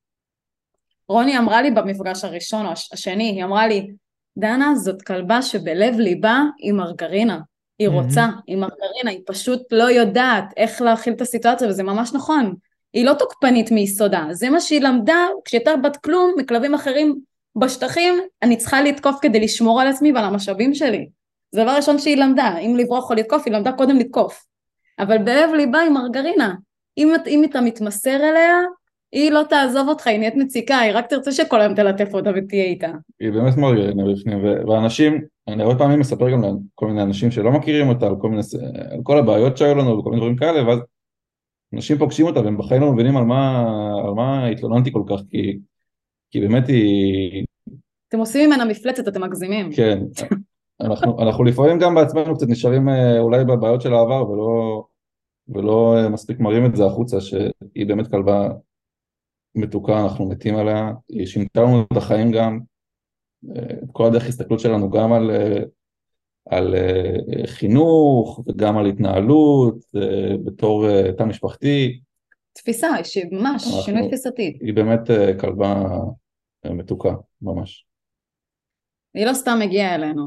רוני אמרה לי במפגש הראשון או השני, היא אמרה לי, דנה, זאת כלבה שבלב ליבה היא מרגרינה, היא רוצה, היא מרגרינה, היא פשוט לא יודעת איך להכיל את הסיטואציה, וזה ממש נכון, היא לא תוקפנית מיסודה, זה מה שהיא למדה, כשהייתה בת כלום, מכלבים אחרים בשטחים, אני צריכה לתקוף כדי לשמור על עצמי ועל המשאבים שלי, זה דבר ראשון שהיא למדה, אם לברוח או לתקוף, היא למדה קודם לתקוף, אבל בלב ליבה היא מרגרינה, אם, אם אתה מתמסר אליה, היא לא תעזוב אותך, היא נהיית מציקה, היא רק תרצה שכל היום תלטף אותה ותהיה איתה. היא באמת מרגרינה בפנים, ואנשים, אני הרבה פעמים מספר גם לכל מיני אנשים שלא מכירים אותה, על כל, מיני, על כל הבעיות שהיו לנו וכל מיני דברים כאלה, ואז אנשים פוגשים אותה והם בחיים לא מבינים על מה, על מה התלוננתי כל כך, כי, כי באמת היא... אתם עושים ממנה מפלצת, אתם מגזימים. כן, אנחנו, אנחנו לפעמים גם בעצמנו קצת נשארים אולי בבעיות של העבר, ולא, ולא מספיק מראים את זה החוצה, שהיא באמת כלבה מתוקה, אנחנו מתים עליה, היא שינתה לנו את החיים גם, את כל הדרך הסתכלות שלנו גם על, על חינוך וגם על התנהלות בתור תא משפחתי. תפיסה, ממש, שינוי תפיסתי. היא באמת כלבה מתוקה, ממש. היא לא סתם הגיעה אלינו.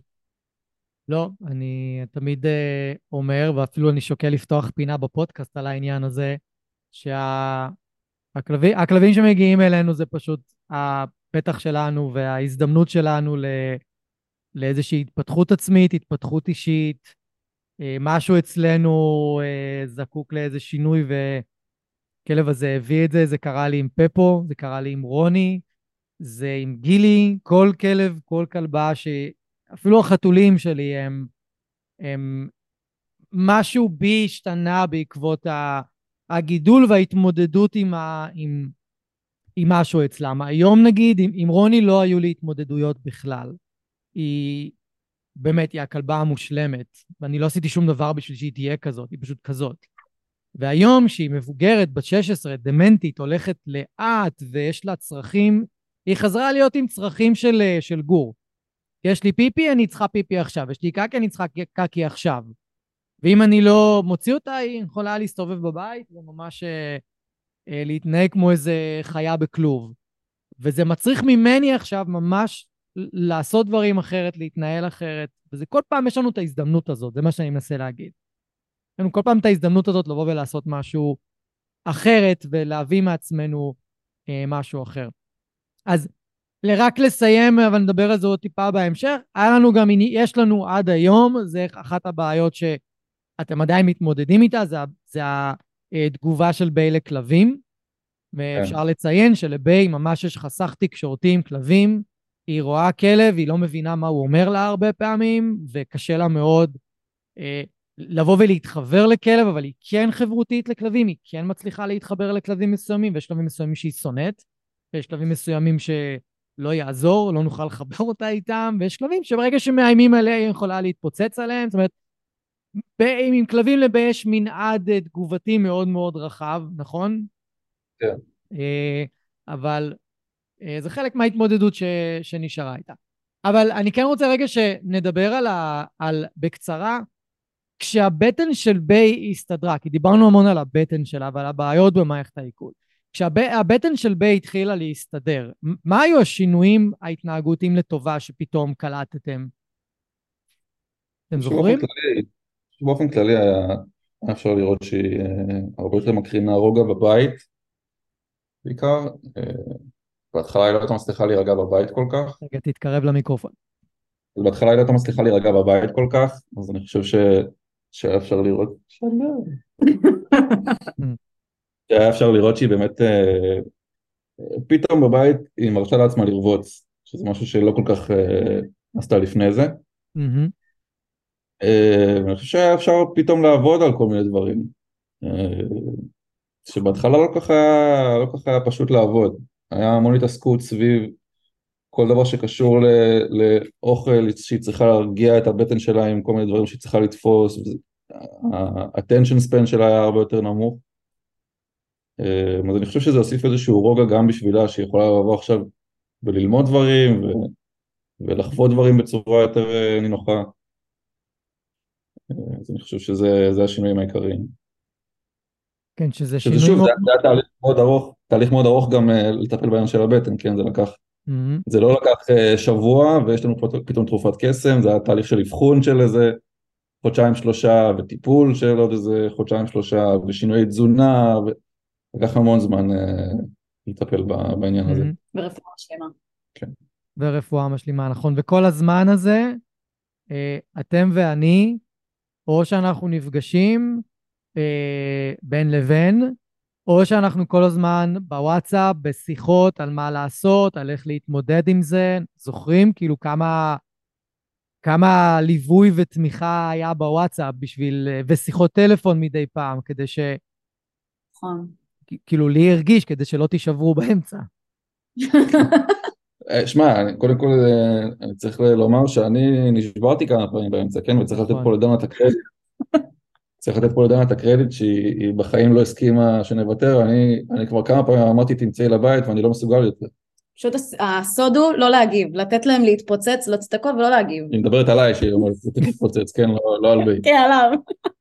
לא, אני תמיד אומר, ואפילו אני שוקל לפתוח פינה בפודקאסט על העניין הזה, שה... הכלבים, הכלבים שמגיעים אלינו זה פשוט הפתח שלנו וההזדמנות שלנו לא, לאיזושהי התפתחות עצמית, התפתחות אישית, משהו אצלנו זקוק לאיזה שינוי, וכלב הזה הביא את זה. זה קרה לי עם פפו, זה קרה לי עם רוני, זה עם גילי, כל כלב, כל כלבה, שאפילו החתולים שלי הם, הם משהו בי השתנה בעקבות הגידול וההתמודדות עם, ה, עם, עם משהו אצלם. היום נגיד, עם, עם רוני לא היו לי התמודדויות בכלל. היא באמת, היא הכלבה המושלמת, ואני לא עשיתי שום דבר בשביל שהיא תהיה כזאת, היא פשוט כזאת. והיום שהיא מבוגרת, בת שש עשרה, דמנטית, הולכת לאט ויש לה צרכים, היא חזרה להיות עם צרכים של, של גור. יש לי פיפי, אני צריכה פיפי עכשיו, יש לי קקי, אני צריכה קקי עכשיו. ואם אני לא מוציא אותה, היא יכולה להסתובב בבית, וממש אה, אה, להתנהג כמו איזה חיה בכלוב. וזה מצריך ממני עכשיו ממש לעשות דברים אחרת, להתנהל אחרת, וזה כל פעם יש לנו את ההזדמנות הזאת, זה מה שאני מנסה להגיד. יש לנו כל פעם את ההזדמנות הזאת לבוא ולעשות משהו אחרת, ולהביא מעצמנו אה, משהו אחר. אז רק לסיים, אבל נדבר על זה עוד טיפה בהמשך, היה לנו גם, יש לנו עד היום, זה אחת הבעיות שאתם עדיין מתמודדים איתה, זה, זה התגובה של ביי לכלבים, ואפשר לציין שלביי ממש יש חסך תקשורתי עם כלבים, היא רואה כלב, היא לא מבינה מה הוא אומר לה הרבה פעמים, וקשה לה מאוד אה, לבוא ולהתחבר לכלב, אבל היא כן חברותית לכלבים, היא כן מצליחה להתחבר לכלבים מסוימים, ויש שלבים מסוימים שהיא שונאת, ויש שלבים מסוימים שלא יעזור, לא נוכל לחבר אותה איתם, ויש שלבים שברגע שמאיימים עליה היא יכולה להתפוצץ עליהם, זאת אומרת, עם כלבים לבי יש מנעד תגובתי מאוד מאוד רחב, נכון? כן. אה, אבל זה חלק מההתמודדות ש, שנשארה איתה. אבל אני כן רוצה רגע שנדבר על, ה, על בקצרה, כשהבטן של ביי הסתדרה, כי דיברנו המון על הבטן שלה ועל הבעיות במערכת העיכול. כשהבטן של ביי התחילה להסתדר, מה היו השינויים ההתנהגותיים לטובה שפתאום קלטתם? אתם זוכרים? באופן כללי היה אפשר לראות שהיא הרבה יותר מקרינה רוגע בבית, בעיקר בהתחלה היא לא הייתה מצליחה להירגע בבית כל כך. רגע, תתקרב למיקרופון. בהתחלה היא לא הייתה מצליחה להירגע בבית כל כך, אז אני חושב ש... שהיה אפשר לראות... שהיה אפשר לראות שהיא באמת... פתאום בבית היא מרשה לעצמה לרבוץ, שזה משהו שלא כל כך עשתה לפני זה. ואני חושב שהיה אפשר פתאום לעבוד על כל מיני דברים. שבהתחלה לא ככה, לא ככה היה פשוט לעבוד. היה המון התעסקות סביב כל דבר שקשור לאוכל, שהיא צריכה להרגיע את הבטן שלה עם כל מיני דברים שהיא צריכה לתפוס, ה-attention span שלה היה הרבה יותר נמוך. אז אני חושב שזה הוסיף איזשהו רוגע גם בשבילה, שהיא יכולה לבוא עכשיו וללמוד דברים, ו- ולחוות דברים בצורה יותר נינוחה. אז אני חושב שזה השינויים העיקריים. כן, שזה שינוי... שינוי... שוב, זה היה תהליך מאוד ארוך, תהליך מאוד ארוך גם לטפל בעניין של הבטן, כן, זה לקח... Mm-hmm. זה לא לקח שבוע, ויש לנו פתאום תרופת קסם, זה היה תהליך של אבחון של איזה חודשיים שלושה, וטיפול של עוד איזה חודשיים שלושה, ושינויי תזונה, ולקח המון זמן אה, לטפל בעניין mm-hmm. הזה. ורפואה משלימה. כן. ורפואה משלימה, נכון. וכל הזמן הזה, אתם ואני, או שאנחנו נפגשים בין לבין, או שאנחנו כל הזמן בוואטסאפ, בשיחות על מה לעשות, על איך להתמודד עם זה. זוכרים כאילו כמה, כמה ליווי ותמיכה היה בוואטסאפ בשביל, ושיחות טלפון מדי פעם, כדי ש... נכון. כאילו לי הרגיש, כדי שלא תישברו באמצע. שמע, קודם כל אני צריך לומר שאני נשברתי כמה פעמים באמצע, כן? וצריך לתת פה לדנה את הקרדיט. צריך לתת פה לדנה את הקרדיט שהיא בחיים לא הסכימה שנוותר, אני, אני כבר כמה פעמים אמרתי תמצאי לבית ואני לא מסוגל יותר. פשוט הסוד הוא לא להגיב, לתת להם להתפוצץ, לצדקות ולא להגיב. היא מדברת עליי שהיא אומרת להתפוצץ, כן? לא, לא על בי. כן, עליו.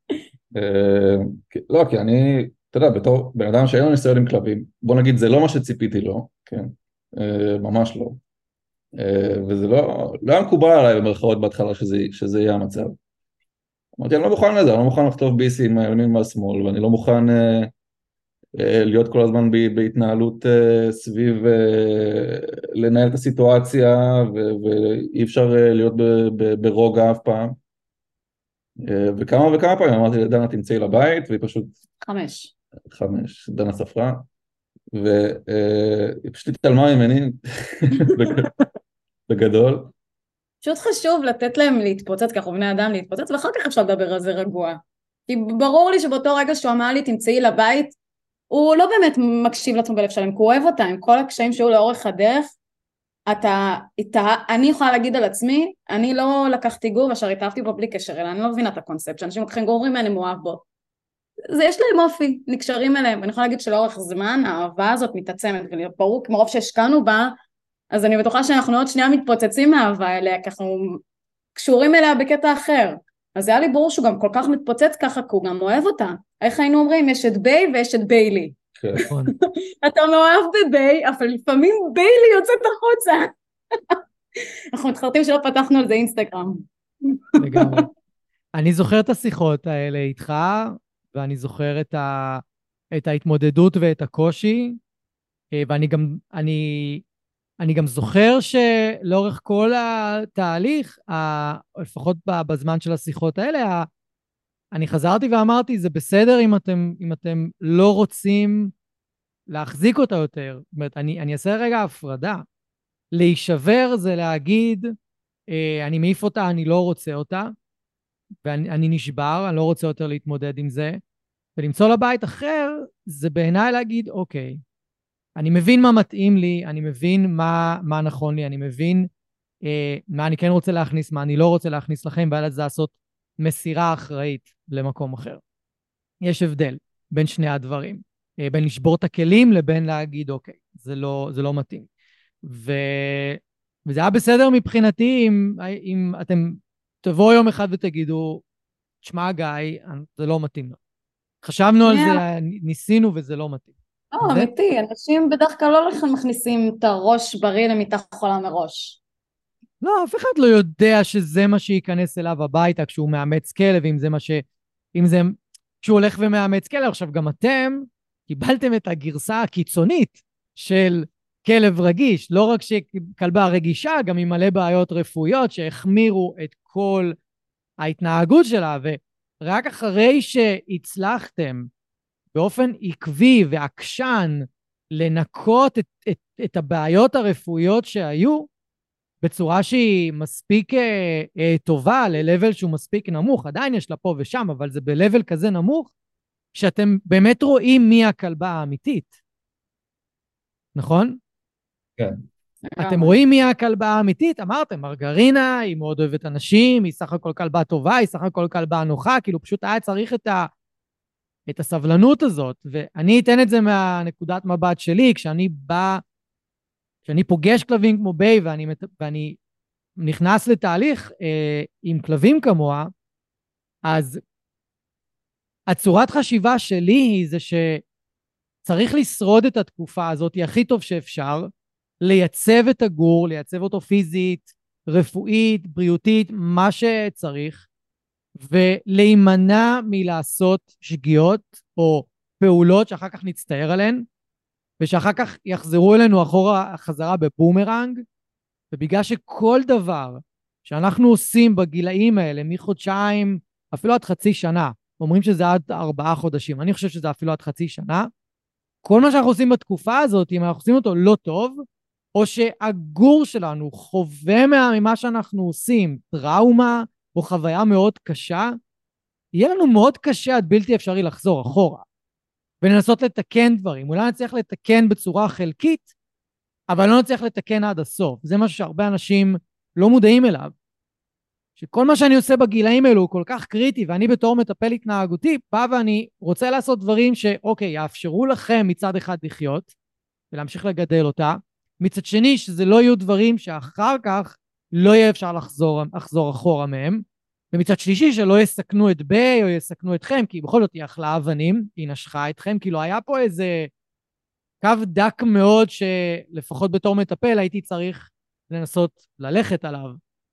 לא, כי אני, אתה יודע, בתור בן אדם שאין לו ניסיון עם כלבים, בוא נגיד זה לא מה שציפיתי לו, כן? ממש לא. וזה לא, לא היה מקובל עליי במרכאות בהתחלה שזה, שזה יהיה המצב. אמרתי, אני לא מוכן לזה, אני לא מוכן לכתוב ביסי עם הימין והשמאל, ואני לא מוכן אה, אה, להיות כל הזמן ב, בהתנהלות אה, סביב אה, לנהל את הסיטואציה, ו, ואי אפשר אה, להיות ב, ב, ברוגע אף פעם. וכמה וכמה פעמים אמרתי לדנה תמצאי לבית, והיא פשוט... חמש. חמש, דנה ספרה, והיא פשוט התעלמה ממני בגדול. פשוט חשוב לתת להם להתפוצץ, ככה בני אדם להתפוצץ, ואחר כך אפשר לדבר על זה רגוע. כי ברור לי שבאותו רגע שהוא אמר לי תמצאי לבית, הוא לא באמת מקשיב לעצמו בלב שלם, כי הוא אוהב אותה, עם כל הקשיים שהיו לאורך הדרך, אתה, אתה, אני יכולה להגיד על עצמי, אני לא לקחתי גור, אשר התאהבתי בו בלי קשר אליי, אני לא מבינה את הקונספט, שאנשים לקחים גורים ואני מאוהב בו. זה יש להם אופי, נקשרים אליהם, ואני יכולה להגיד שלאורך זמן, האהבה הזאת מתעצמת, וברור, כמו רוב שהשקענו בה, אז אני בטוחה שאנחנו עוד שנייה מתפוצצים מהאהבה אליה, כי אנחנו קשורים אליה בקטע אחר. אז זה היה לי ברור שהוא גם כל כך מתפוצץ ככה, כי הוא גם אוהב אותה. איך היינו אומרים? יש את ביי ויש את ביילי. אתה מאוהב בביי, אבל לפעמים ביילי יוצאת החוצה. אנחנו מתחרטים שלא פתחנו על זה אינסטגרם. לגמרי. אני זוכר את השיחות האלה איתך, ואני זוכר את, ה... את ההתמודדות ואת הקושי, ואני גם, אני... אני גם זוכר שלאורך כל התהליך, לפחות בזמן של השיחות האלה, אני חזרתי ואמרתי, זה בסדר אם אתם, אם אתם לא רוצים להחזיק אותה יותר. זאת אומרת, אני, אני אעשה רגע הפרדה. להישבר זה להגיד, אני מעיף אותה, אני לא רוצה אותה, ואני אני נשבר, אני לא רוצה יותר להתמודד עם זה, ולמצוא לבית אחר, זה בעיניי להגיד, אוקיי, אני מבין מה מתאים לי, אני מבין מה, מה נכון לי, אני מבין אה, מה אני כן רוצה להכניס, מה אני לא רוצה להכניס לכם, ועל זה לעשות מסירה אחראית למקום אחר. יש הבדל בין שני הדברים, אה, בין לשבור את הכלים לבין להגיד, אוקיי, זה לא, זה לא מתאים. ו... וזה היה בסדר מבחינתי אם, אם אתם תבואו יום אחד ותגידו, תשמע גיא, זה לא מתאים. חשבנו על זה, ניסינו וזה לא מתאים. לא, אמיתי, אנשים בדרך כלל לא לכם מכניסים את הראש בריא למיטה חולה מראש. לא, אף אחד לא יודע שזה מה שייכנס אליו הביתה כשהוא מאמץ כלב, אם זה מה ש... אם זה... כשהוא הולך ומאמץ כלב. עכשיו, גם אתם קיבלתם את הגרסה הקיצונית של כלב רגיש, לא רק שכלבה רגישה, גם עם מלא בעיות רפואיות שהחמירו את כל ההתנהגות שלה, ורק אחרי שהצלחתם באופן עקבי ועקשן לנקות את, את, את הבעיות הרפואיות שהיו, בצורה שהיא מספיק אה, אה, טובה, ללבל שהוא מספיק נמוך, עדיין יש לה פה ושם, אבל זה בלבל כזה נמוך, שאתם באמת רואים מי הכלבה האמיתית. נכון? כן. אתם רואים מי הכלבה האמיתית? אמרתם, מרגרינה, היא מאוד אוהבת אנשים, היא סך הכל כלבה טובה, היא סך הכל כלבה נוחה, כאילו פשוט היה צריך את ה... את הסבלנות הזאת, ואני אתן את זה מהנקודת מבט שלי, כשאני בא, כשאני פוגש כלבים כמו ביי, ואני, ואני נכנס לתהליך אה, עם כלבים כמוה, אז הצורת חשיבה שלי היא זה שצריך לשרוד את התקופה הזאת, היא הכי טוב שאפשר, לייצב את הגור, לייצב אותו פיזית, רפואית, בריאותית, מה שצריך, ולהימנע מלעשות שגיאות או פעולות שאחר כך נצטער עליהן, ושאחר כך יחזרו אלינו אחורה חזרה בבומרנג, ובגלל שכל דבר שאנחנו עושים בגילאים האלה, מחודשיים, אפילו עד חצי שנה, אומרים שזה עד ארבעה חודשים, אני חושב שזה אפילו עד חצי שנה, כל מה שאנחנו עושים בתקופה הזאת, אם אנחנו עושים אותו לא טוב, או שהגור שלנו חווה ממה שאנחנו עושים, טראומה, או חוויה מאוד קשה, יהיה לנו מאוד קשה עד בלתי אפשרי לחזור אחורה, ולנסות לתקן דברים. אולי נצליח לתקן בצורה חלקית, אבל לא נצליח לתקן עד הסוף. זה משהו שהרבה אנשים לא מודעים אליו. שכל מה שאני עושה בגילאים האלו הוא כל כך קריטי, ואני בתור מטפל התנהגותי, בא ואני רוצה לעשות דברים שאוקיי, יאפשרו לכם מצד אחד לחיות, ולהמשיך לגדל אותה, מצד שני שזה לא יהיו דברים שאחר כך לא יהיה אפשר לחזור, לחזור אחורה מהם, ומצד שלישי שלא יסכנו את ביי או יסכנו אתכם, כי בכל זאת היא אכלה אבנים, היא נשכה אתכם, כאילו היה פה איזה קו דק מאוד שלפחות בתור מטפל הייתי צריך לנסות ללכת עליו.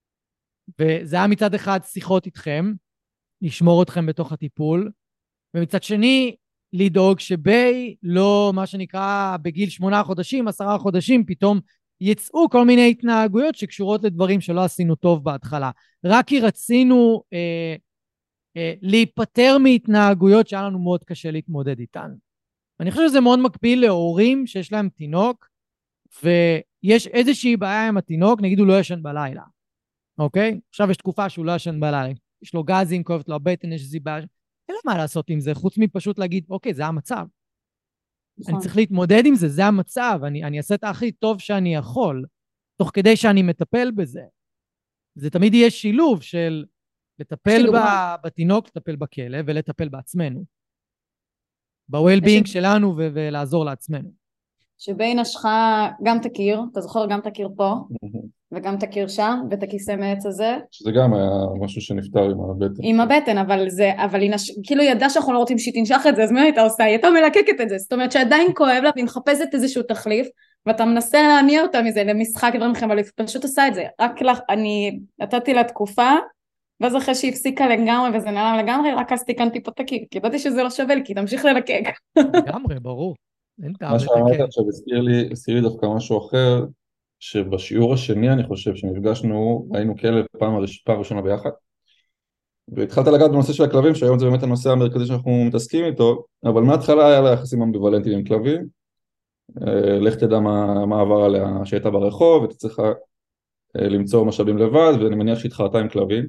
וזה היה מצד אחד שיחות איתכם, לשמור אתכם בתוך הטיפול, ומצד שני לדאוג שביי לא מה שנקרא בגיל שמונה חודשים, עשרה חודשים, פתאום יצאו כל מיני התנהגויות שקשורות לדברים שלא עשינו טוב בהתחלה. רק כי רצינו אה, אה, להיפטר מהתנהגויות שהיה לנו מאוד קשה להתמודד איתן. אני חושב שזה מאוד מקביל להורים שיש להם תינוק, ויש איזושהי בעיה עם התינוק, נגיד הוא לא ישן בלילה, אוקיי? עכשיו יש תקופה שהוא לא ישן בלילה, יש לו גזים, כואבת לו הבטן, יש איזו בעיה, אין לו מה לעשות עם זה, חוץ מפשוט להגיד, אוקיי, זה המצב. נכון. אני צריך להתמודד עם זה, זה המצב, אני, אני אעשה את הכי טוב שאני יכול, תוך כדי שאני מטפל בזה. זה תמיד יהיה שילוב של לטפל בתינוק, לטפל בכלב, ולטפל בעצמנו. ב-well-being שלנו ו- ולעזור לעצמנו. שבין השך גם תכיר, אתה זוכר גם תכיר פה, וגם תכיר שם, ואת הכיסא מעץ הזה. שזה גם היה משהו שנפטר עם הבטן. עם הבטן, אבל זה, אבל היא נש... כאילו ידעה שאנחנו לא רוצים שהיא תנשך את זה, אז מה הייתה עושה? היא הייתה מלקקת את זה, זאת אומרת שעדיין כואב לה, והיא מחפשת איזשהו תחליף, ואתה מנסה להניע אותה מזה למשחק, דברים לכם, אבל היא פשוט עושה את זה. רק לך, אני נתתי לה תקופה, ואז אחרי שהיא הפסיקה לגמרי, וזה נעלם לגמרי, רק אז תיקנתי פה תקיר, כי ידעתי שזה לא שווה לי, כי תמשיך ללקק. לגמרי, ברור. מה שאמרת עכשיו הזכיר לי, הזכיר לי דווקא משהו אחר, שבשיעור השני אני חושב שנפגשנו, ראינו כלב פעם ראשונה ביחד, והתחלת לגעת בנושא של הכלבים, שהיום זה באמת הנושא המרכזי שאנחנו מתעסקים איתו, אבל מההתחלה היה לה יחסים אמביוולנטיים עם כלבים, לך תדע מה, מה עבר עליה שהייתה ברחוב, ואתה צריכה למצוא משאבים לבד, ואני מניח שהתחלתה עם כלבים,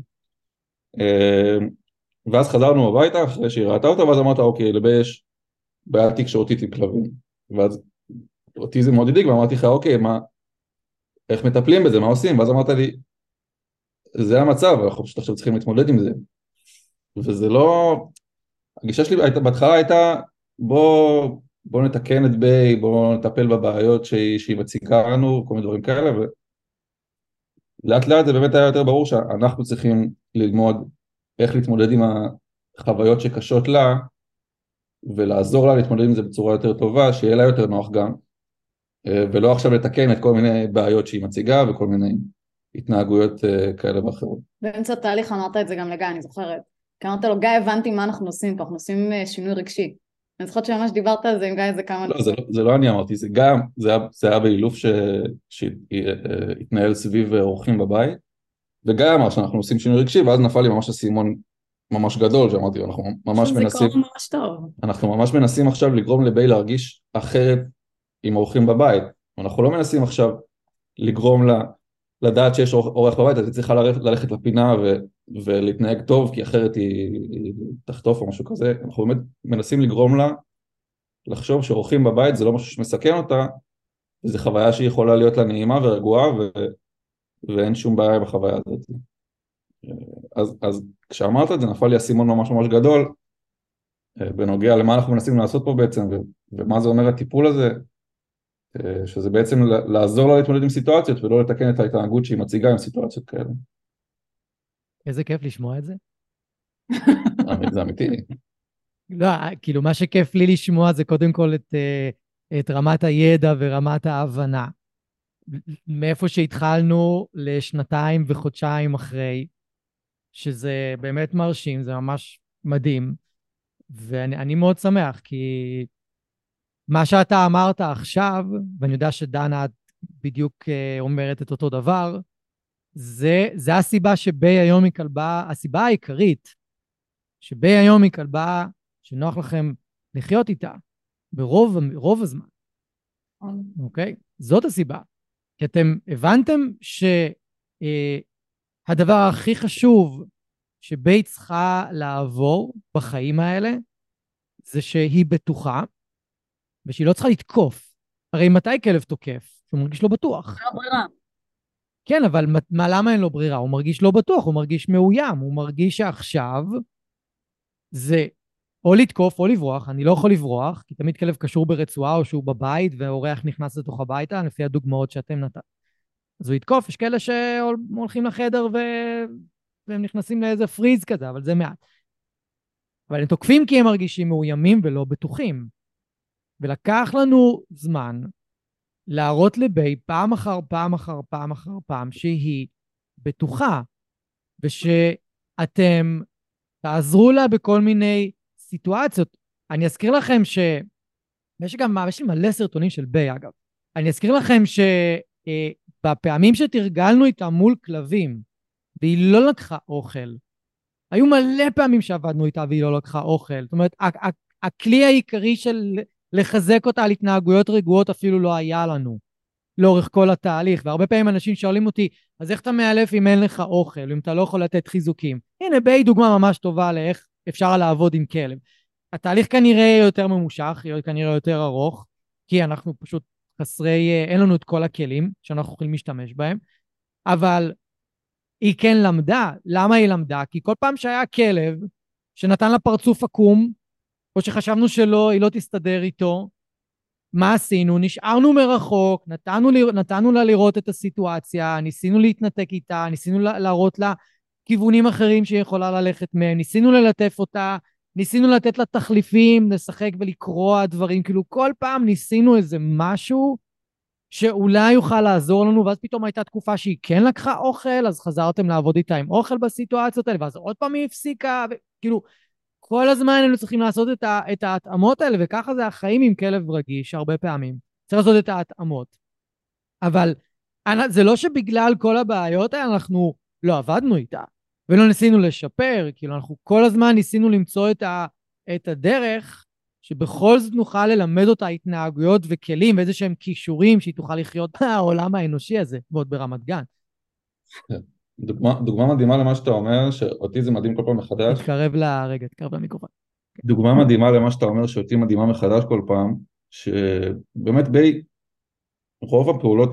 ואז חזרנו הביתה אחרי שהיא ראתה אותה, ואז אמרת אוקיי, לבי יש בעיה תקשורתית עם כלבים, ואז אותי זה מאוד הדאיג, ואמרתי לך אוקיי, מה, איך מטפלים בזה, מה עושים? ואז אמרת לי, זה המצב, אנחנו פשוט עכשיו צריכים להתמודד עם זה. וזה לא, הגישה שלי הייתה, בהתחלה הייתה, בוא, בוא נתקן את ביי, בוא נטפל בבעיות שהיא, שהיא מציגה לנו, כל מיני דברים כאלה, ולאט לאט זה באמת היה יותר ברור שאנחנו צריכים ללמוד איך להתמודד עם החוויות שקשות לה, ולעזור לה להתמודד עם זה בצורה יותר טובה, שיהיה לה יותר נוח גם, ולא עכשיו לתקן את כל מיני בעיות שהיא מציגה, וכל מיני התנהגויות כאלה ואחרות. באמצע התהליך אמרת את זה גם לגיא, אני זוכרת. כי אמרת לו, גיא, הבנתי מה אנחנו עושים פה, אנחנו עושים שינוי רגשי. אני זוכרת שממש דיברת על זה עם גיא איזה כמה... לא, זה, זה לא אני אמרתי, זה גם, זה היה, זה היה באילוף ש, שהתנהל סביב אורחים בבית, וגיא אמר שאנחנו עושים שינוי רגשי, ואז נפל לי ממש הסימון ממש גדול, שאמרתי, אנחנו ממש מנסים... זה ממש טוב. אנחנו ממש מנסים עכשיו לגרום לביי להרגיש אחרת עם אורחים בבית. אנחנו לא מנסים עכשיו לגרום לה, לדעת שיש אורח בבית, אז היא צריכה ללכת, ללכת לפינה ו, ולהתנהג טוב, כי אחרת היא, היא תחטוף או משהו כזה. אנחנו באמת מנסים לגרום לה לחשוב שאורחים בבית זה לא משהו שמסכן אותה, וזו חוויה שהיא יכולה להיות לה נעימה ורגועה, ו, ואין שום בעיה בחוויה הזאת. אז, אז כשאמרת את זה נפל לי הסימון ממש ממש גדול, בנוגע למה אנחנו מנסים לעשות פה בעצם, ו, ומה זה אומר הטיפול הזה, שזה בעצם לעזור לה להתמודד עם סיטואציות, ולא לתקן את ההתנהגות שהיא מציגה עם סיטואציות כאלה. איזה כיף לשמוע את זה. זה אמיתי. לא, כאילו מה שכיף לי לשמוע זה קודם כל את, את רמת הידע ורמת ההבנה. מאיפה שהתחלנו לשנתיים וחודשיים אחרי, שזה באמת מרשים, זה ממש מדהים. ואני אני מאוד שמח, כי מה שאתה אמרת עכשיו, ואני יודע שדנה בדיוק אומרת את אותו דבר, זה, זה הסיבה שביי היום היא כלבה, הסיבה העיקרית, שביי היום היא כלבה שנוח לכם לחיות איתה, ברוב רוב הזמן. אוקיי? זאת הסיבה. כי אתם הבנתם שהדבר הכי חשוב שביי צריכה לעבור בחיים האלה, זה שהיא בטוחה, ושהיא לא צריכה לתקוף. הרי מתי כלב תוקף? הוא מרגיש לא בטוח. לא ברירה. כן, אבל מה, למה אין לו ברירה? הוא מרגיש לא בטוח, הוא מרגיש מאוים, הוא מרגיש שעכשיו זה או לתקוף או לברוח, אני לא יכול לברוח, כי תמיד כלב קשור ברצועה או שהוא בבית, ואורח נכנס לתוך הביתה, לפי הדוגמאות שאתם נתת. אז הוא יתקוף, יש כאלה שהולכים לחדר ו... והם נכנסים לאיזה פריז כזה, אבל זה מעט. אבל הם תוקפים כי הם מרגישים מאוימים ולא בטוחים. ולקח לנו זמן להראות לביי פעם אחר פעם אחר פעם אחר פעם שהיא בטוחה, ושאתם תעזרו לה בכל מיני סיטואציות. אני אזכיר לכם ש... יש גם, יש לי מלא סרטונים של ביי אגב. אני אזכיר לכם שבפעמים שתרגלנו איתה מול כלבים, והיא לא לקחה אוכל, היו מלא פעמים שעבדנו איתה והיא לא לקחה אוכל. זאת אומרת, ה- ה- הכלי העיקרי של לחזק אותה על התנהגויות רגועות אפילו לא היה לנו לאורך כל התהליך. והרבה פעמים אנשים שואלים אותי, אז איך אתה מאלף אם אין לך אוכל, אם אתה לא יכול לתת חיזוקים? הנה, ביי דוגמה ממש טובה לאיך אפשר לעבוד עם כלב. התהליך כנראה יהיה יותר ממושך, יהיה כנראה יותר ארוך, כי אנחנו פשוט חסרי, אין לנו את כל הכלים שאנחנו יכולים להשתמש בהם, אבל היא כן למדה. למה היא למדה? כי כל פעם שהיה כלב שנתן לה פרצוף עקום, או שחשבנו שלא, היא לא תסתדר איתו, מה עשינו? נשארנו מרחוק, נתנו, נתנו לה לראות את הסיטואציה, ניסינו להתנתק איתה, ניסינו להראות לה כיוונים אחרים שהיא יכולה ללכת מהם, ניסינו ללטף אותה, ניסינו לתת לה תחליפים, לשחק ולקרוא דברים, כאילו כל פעם ניסינו איזה משהו שאולי יוכל לעזור לנו, ואז פתאום הייתה תקופה שהיא כן לקחה אוכל, אז חזרתם לעבוד איתה עם אוכל בסיטואציות האלה, ואז עוד פעם היא הפסיקה, וכאילו כל הזמן היינו צריכים לעשות את, ה, את ההתאמות האלה, וככה זה החיים עם כלב רגיש הרבה פעמים. צריך לעשות את ההתאמות. אבל זה לא שבגלל כל הבעיות האלה אנחנו לא עבדנו איתה, ולא ניסינו לשפר, כאילו אנחנו כל הזמן ניסינו למצוא את, ה, את הדרך, שבכל זאת נוכל ללמד אותה התנהגויות וכלים, ואיזה שהם כישורים שהיא תוכל לחיות בעולם האנושי הזה, ועוד ברמת גן. דוגמה, דוגמה מדהימה למה שאתה אומר, שאותי זה מדהים כל פעם מחדש. תתקרב לרגע, תתקרב למיקרופון. דוגמה מדהימה למה שאתה אומר, שאותי מדהימה מחדש כל פעם, שבאמת בי, רוב הפעולות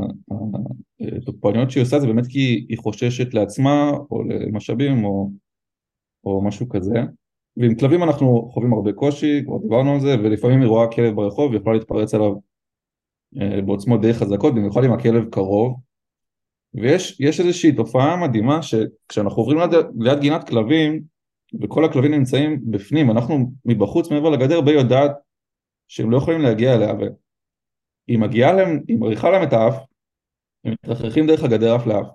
התוקפניות שהיא עושה, זה באמת כי היא חוששת לעצמה, או למשאבים, או, או משהו כזה. ועם כלבים אנחנו חווים הרבה קושי, כבר דיברנו על זה, ולפעמים היא רואה כלב ברחוב, היא יכולה להתפרץ עליו בעוצמות די חזקות, במיוחד עם הכלב קרוב. ויש יש איזושהי תופעה מדהימה שכשאנחנו עוברים ליד, ליד גינת כלבים וכל הכלבים נמצאים בפנים, אנחנו מבחוץ מעבר לגדר בי יודעת שהם לא יכולים להגיע אליה, והיא מגיעה להם, היא מריחה להם את האף, הם מתרחכים דרך הגדר אף לאף,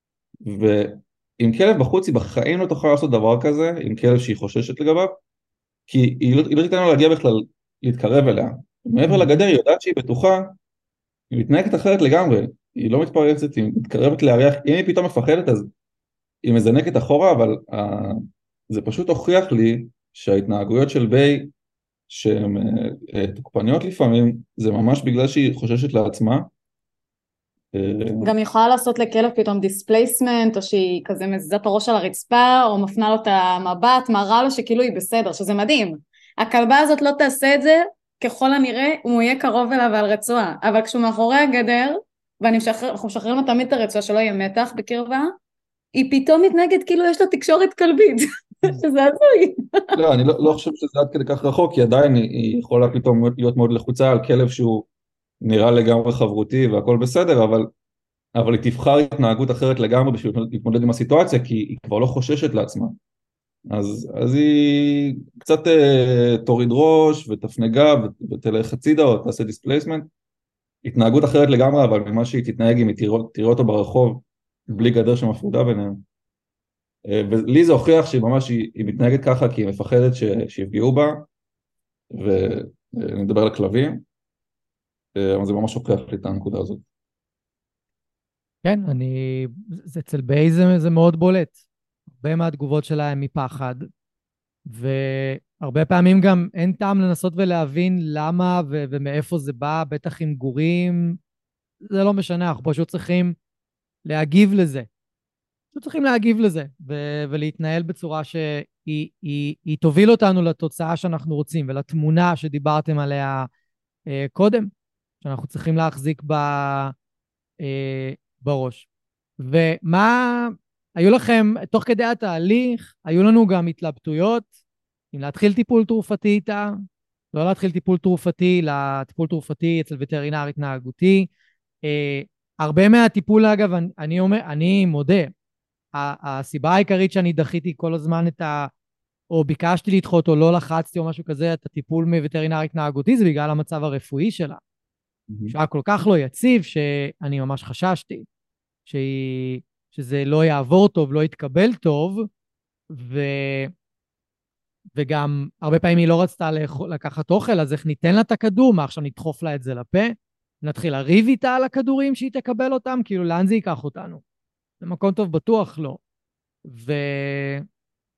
ועם כלב בחוץ היא בחיים לא תוכל לעשות דבר כזה, עם כלב שהיא חוששת לגביו, כי היא לא, היא לא תיתן לו להגיע בכלל להתקרב אליה, מעבר לגדר היא יודעת שהיא בטוחה, היא מתנהגת אחרת לגמרי, היא לא מתפרצת, היא מתקרבת להריח, אם היא פתאום מפחדת אז היא מזנקת אחורה, אבל uh, זה פשוט הוכיח לי שההתנהגויות של בי, שהן uh, תוקפניות לפעמים, זה ממש בגלל שהיא חוששת לעצמה. גם יכולה לעשות לכלב פתאום דיספלייסמנט, או שהיא כזה מזיזה את הראש על הרצפה, או מפנה לו את המבט, מראה לו שכאילו היא בסדר, שזה מדהים. הכלבה הזאת לא תעשה את זה, ככל הנראה הוא יהיה קרוב אליו על רצועה, אבל כשהוא מאחורי הגדר, ואנחנו משחררים לו תמיד את הרצועה שלא יהיה מתח בקרבה, היא פתאום מתנהגת כאילו יש לה תקשורת כלבית, שזה עזוי. לא, אני לא, לא חושב שזה עד כדי כך רחוק, כי עדיין היא, היא יכולה פתאום להיות מאוד לחוצה על כלב שהוא נראה לגמרי חברותי והכל בסדר, אבל, אבל היא תבחר התנהגות אחרת לגמרי בשביל להתמודד עם הסיטואציה, כי היא כבר לא חוששת לעצמה. אז, אז היא קצת אה, תוריד ראש ותפנה גב ותלך הצידה או תעשה דיספלייסמנט. התנהגות אחרת לגמרי, אבל ממה שהיא תתנהג אם היא תראה, תראה אותו ברחוב בלי גדר שמפרידה ביניהם. ולי זה הוכיח שהיא ממש, היא, היא מתנהגת ככה כי היא מפחדת שיפגעו בה, ואני מדבר על הכלבים, אבל זה ממש הוכיח לי את הנקודה הזאת. כן, אני, זה אצל בי זה, זה מאוד בולט. הרבה מהתגובות שלה הן מפחד, והרבה פעמים גם אין טעם לנסות ולהבין למה ו- ומאיפה זה בא, בטח עם גורים, זה לא משנה, אנחנו פשוט צריכים להגיב לזה. פשוט צריכים להגיב לזה, ו- ולהתנהל בצורה שהיא היא, היא תוביל אותנו לתוצאה שאנחנו רוצים, ולתמונה שדיברתם עליה אה, קודם, שאנחנו צריכים להחזיק ב, אה, בראש. ומה... היו לכם, תוך כדי התהליך, היו לנו גם התלבטויות, אם להתחיל טיפול תרופתי איתה, לא להתחיל טיפול תרופתי, לטיפול תרופתי אצל וטרינר התנהגותי. אה, הרבה מהטיפול, אגב, אני, אני, אומר, אני מודה, הסיבה העיקרית שאני דחיתי כל הזמן את ה... או ביקשתי לדחות או לא לחצתי או משהו כזה, את הטיפול מווטרינר התנהגותי, זה בגלל המצב הרפואי שלה. Mm-hmm. שהיה כל כך לא יציב, שאני ממש חששתי, שהיא... שזה לא יעבור טוב, לא יתקבל טוב, ו... וגם הרבה פעמים היא לא רצתה לקחת אוכל, אז איך ניתן לה את הכדור? מה, עכשיו נדחוף לה את זה לפה? נתחיל לריב איתה על הכדורים שהיא תקבל אותם? כאילו, לאן זה ייקח אותנו? זה מקום טוב בטוח לא. ו...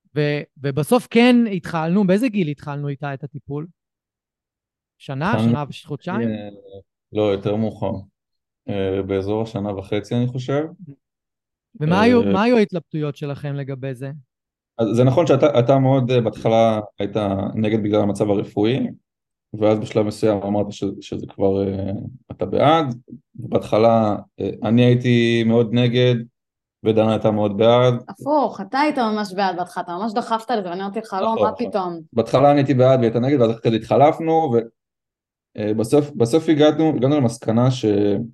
ו- ובסוף כן התחלנו, באיזה גיל התחלנו איתה את הטיפול? שנה, התחלנו, שנה וחודשיים? אה, לא, יותר מאוחר. אה, באזור השנה וחצי, אני חושב. ומה היו, אה, מה היו ההתלבטויות שלכם לגבי זה? אז זה נכון שאתה אתה מאוד אה, בהתחלה היית נגד בגלל המצב הרפואי, ואז בשלב מסוים אמרת ש, שזה כבר, אה, אתה בעד. בהתחלה אה, אני הייתי מאוד נגד, ודנה הייתה מאוד בעד. הפוך, אתה היית ממש בעד בהתחלה, אתה ממש דחפת לזה, ואני אמרתי לך, לא, נכון, מה נכון. פתאום? בהתחלה אני הייתי בעד והייתה נגד, ואז אחרי זה התחלפנו, ובסוף בסוף הגענו, הגענו למסקנה ש...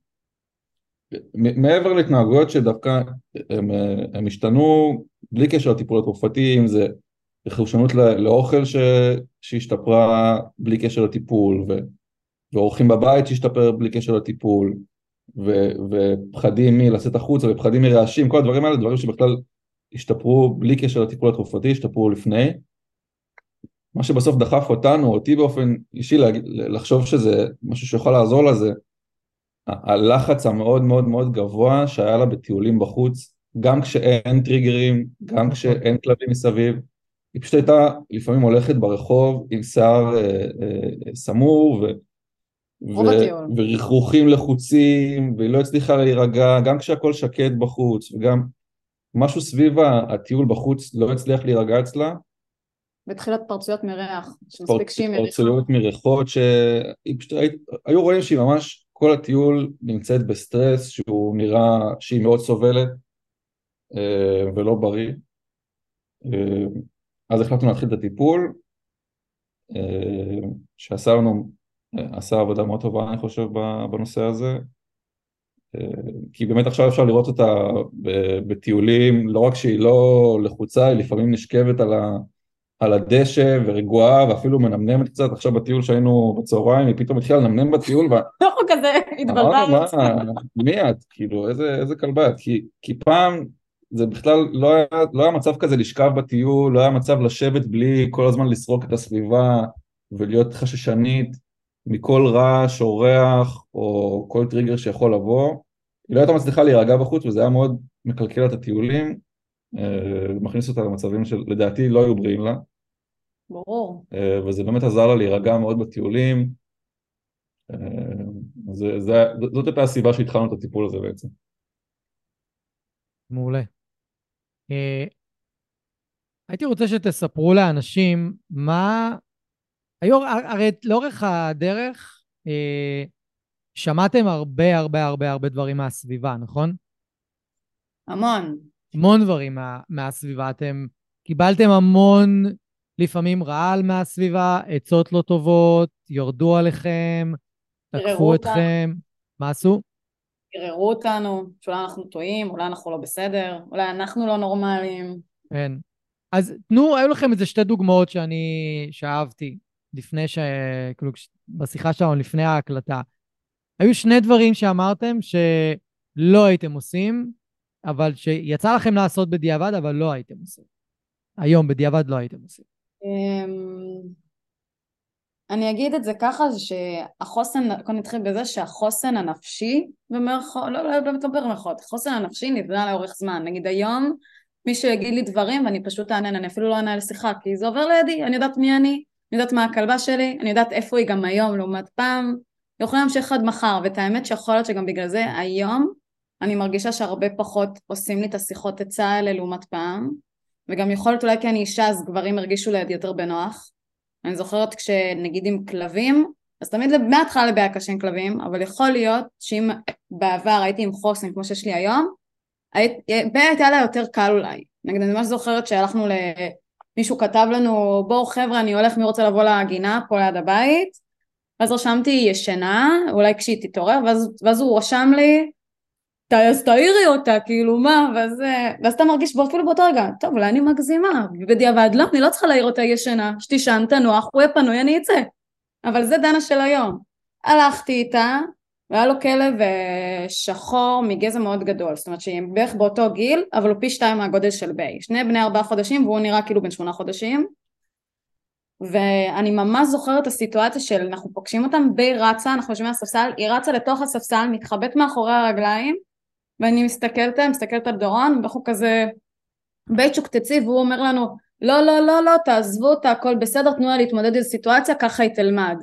מ- מעבר להתנהגויות שדווקא הם, הם השתנו בלי קשר לטיפול התרופתי, אם זה רכושנות לא, לאוכל ש, שהשתפרה בלי קשר לטיפול, ו, ואורחים בבית שהשתפר בלי קשר לטיפול, ו, ופחדים מלצאת החוצה ופחדים מרעשים, כל הדברים האלה, דברים שבכלל השתפרו בלי קשר לטיפול התרופתי, השתפרו לפני. מה שבסוף דחף אותנו, אותי באופן אישי, לחשוב שזה משהו שיכול לעזור לזה, הלחץ המאוד מאוד מאוד גבוה שהיה לה בטיולים בחוץ, גם כשאין טריגרים, גם כשאין כלבים מסביב, היא פשוט הייתה לפעמים הולכת ברחוב עם שיער אה, אה, סמור ו, רוב ו, הטיול. ורכרוכים לחוצים, והיא לא הצליחה להירגע, גם כשהכל שקט בחוץ, וגם משהו סביב הטיול בחוץ לא הצליח להירגע אצלה, בתחילת פרצויות מריח, שמספיק התפרצ- שהיא מריחה. התפרצויות מריחות שהיא פשוט, היו רואים שהיא ממש כל הטיול נמצאת בסטרס, שהוא נראה שהיא מאוד סובלת אה, ולא בריא. אה, אז החלטנו להתחיל את הטיפול, אה, שעשה לנו, אה, עשה עבודה מאוד טובה אני חושב בנושא הזה, אה, כי באמת עכשיו אפשר לראות אותה בטיולים, לא רק שהיא לא לחוצה, היא לפעמים נשכבת על ה... על הדשא ורגועה ואפילו מנמנמת קצת. עכשיו בטיול שהיינו בצהריים, היא פתאום התחילה לנמנם בטיול, אנחנו כזה ואמרנו, התבלבלנו. מה, מי את? כאילו, איזה, איזה כלבה את? כי, כי פעם זה בכלל לא היה, לא היה מצב כזה לשכב בטיול, לא היה מצב לשבת בלי כל הזמן לסרוק את הסביבה ולהיות חששנית מכל רעש או ריח או כל טריגר שיכול לבוא. היא לא הייתה מצליחה להירגע בחוץ, וזה היה מאוד מקלקל את הטיולים, אה, מכניס אותה למצבים שלדעתי לא היו בריאים לה. ברור. וזה באמת עזר לה להירגע מאוד בטיולים. זה, זה, זאת הייתה הסיבה שהתחלנו את הטיפול הזה בעצם. מעולה. אה, הייתי רוצה שתספרו לאנשים מה... היו, הרי לאורך הדרך אה, שמעתם הרבה הרבה הרבה הרבה דברים מהסביבה, נכון? המון. המון דברים מה, מהסביבה. אתם קיבלתם המון, לפעמים רעל מהסביבה, עצות לא טובות, יורדו עליכם, ערערו תקפו אותנו. אתכם. מה עשו? ערערו אותנו, שאולי אנחנו טועים, אולי אנחנו לא בסדר, אולי אנחנו לא נורמליים. כן. אז תנו, היו לכם איזה שתי דוגמאות שאני שאהבתי, לפני ש... כאילו, בשיחה שלנו, לפני ההקלטה. היו שני דברים שאמרתם שלא הייתם עושים, אבל שיצא לכם לעשות בדיעבד, אבל לא הייתם עושים. היום בדיעבד לא הייתם עושים. אני אגיד את זה ככה, שהחוסן, קודם נתחיל בזה שהחוסן הנפשי, במרכאות, לא, לא, לא מתקבר במרכאות, החוסן הנפשי נבנה לאורך זמן. נגיד היום, מישהו יגיד לי דברים ואני פשוט אענה, אני אפילו לא אענה לשיחה, כי זה עובר לידי, אני יודעת מי אני, אני יודעת מה הכלבה שלי, אני יודעת איפה היא גם היום לעומת פעם, יכולה להמשיך עד מחר, ואת האמת שיכול להיות שגם בגלל זה היום, אני מרגישה שהרבה פחות עושים לי את השיחות עצה האלה לעומת פעם, וגם יכול להיות אולי כי אני אישה, אז גברים הרגישו לידי יותר בנוח. אני זוכרת כשנגיד עם כלבים, אז תמיד מההתחלה לבעיה קשה עם כלבים, אבל יכול להיות שאם בעבר הייתי עם חוסן כמו שיש לי היום, בעיה הייתה לה יותר קל אולי. נגיד אני ממש זוכרת שהלכנו למישהו כתב לנו, בואו חבר'ה אני הולך מי רוצה לבוא לגינה פה ליד הבית, ואז רשמתי ישנה, אולי כשהיא תתעורר, ואז, ואז הוא רשם לי, אז תעירי אותה, כאילו מה, ואז, ואז אתה מרגיש בו אפילו באותו רגע, טוב, אולי אני מגזימה, ובדיעבד לא, אני לא צריכה להעיר אותה ישנה, שתישן, תנוח, הוא יהיה פנוי, אני אצא. אבל זה דנה של היום. הלכתי איתה, והיה לו כלב שחור מגזע מאוד גדול, זאת אומרת שהיא בערך באותו גיל, אבל הוא פי שתיים מהגודל של ביי. שני בני ארבעה חודשים, והוא נראה כאילו בן שמונה חודשים. ואני ממש זוכרת את הסיטואציה של, אנחנו פוגשים אותם, ביי רצה, אנחנו יושבים מהספסל, היא רצה לתוך הספסל, מתחבאת מאחורי הרגליים, ואני מסתכלת, מסתכלת על דורון, ואנחנו כזה בית שוקטצי, והוא אומר לנו, לא, לא, לא, לא, תעזבו אותה, הכל בסדר, תנו לה להתמודד עם סיטואציה, ככה היא תלמד.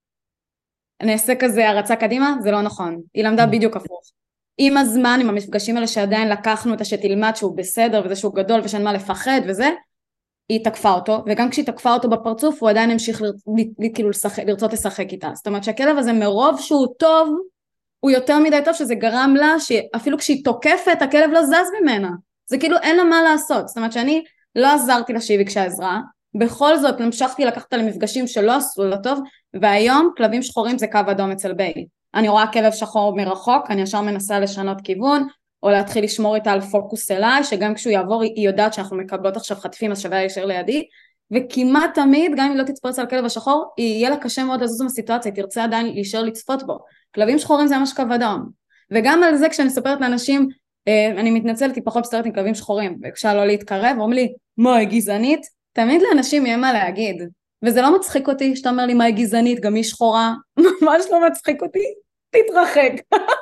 אני אעשה כזה הרצה קדימה, זה לא נכון. היא למדה בדיוק הפוך. עם הזמן, עם המפגשים האלה שעדיין לקחנו אותה שתלמד שהוא בסדר, וזה שהוא גדול ושאין מה לפחד וזה, היא תקפה אותו, וגם כשהיא תקפה אותו בפרצוף, הוא עדיין המשיך כאילו לרצות לשחק איתה. זאת אומרת שהכלב הזה מרוב שהוא טוב, הוא יותר מדי טוב שזה גרם לה, שאפילו כשהיא תוקפת, הכלב לא זז ממנה. זה כאילו אין לה מה לעשות. זאת אומרת שאני לא עזרתי לה שהיא ביקשה עזרה, בכל זאת המשכתי לקחת למפגשים שלא עשו לה טוב, והיום כלבים שחורים זה קו אדום אצל ביי. אני רואה כלב שחור מרחוק, אני ישר מנסה לשנות כיוון, או להתחיל לשמור איתה על פוקוס אליי, שגם כשהוא יעבור היא יודעת שאנחנו מקבלות עכשיו חטפים, אז שווה להישאר לידי, וכמעט תמיד, גם אם לא תצפוץ על הכלב השחור, יהיה לה קשה מאוד לזוז מהסיטואציה, היא תרצה עדיין להישאר לצפות בו. כלבים שחורים זה ממש קו אדום. וגם על זה כשאני מספרת לאנשים, אני מתנצלת, היא פחות מסתרת עם כלבים שחורים, וכשאלה לא להתקרב, אומרים לי, מה, היא גזענית? תמיד לאנשים יהיה מה להגיד. וזה לא מצחיק אותי, שאתה אומר לי מה היא גזענית, גם היא שחורה, ממש לא מצחיק אותי, תתרחק.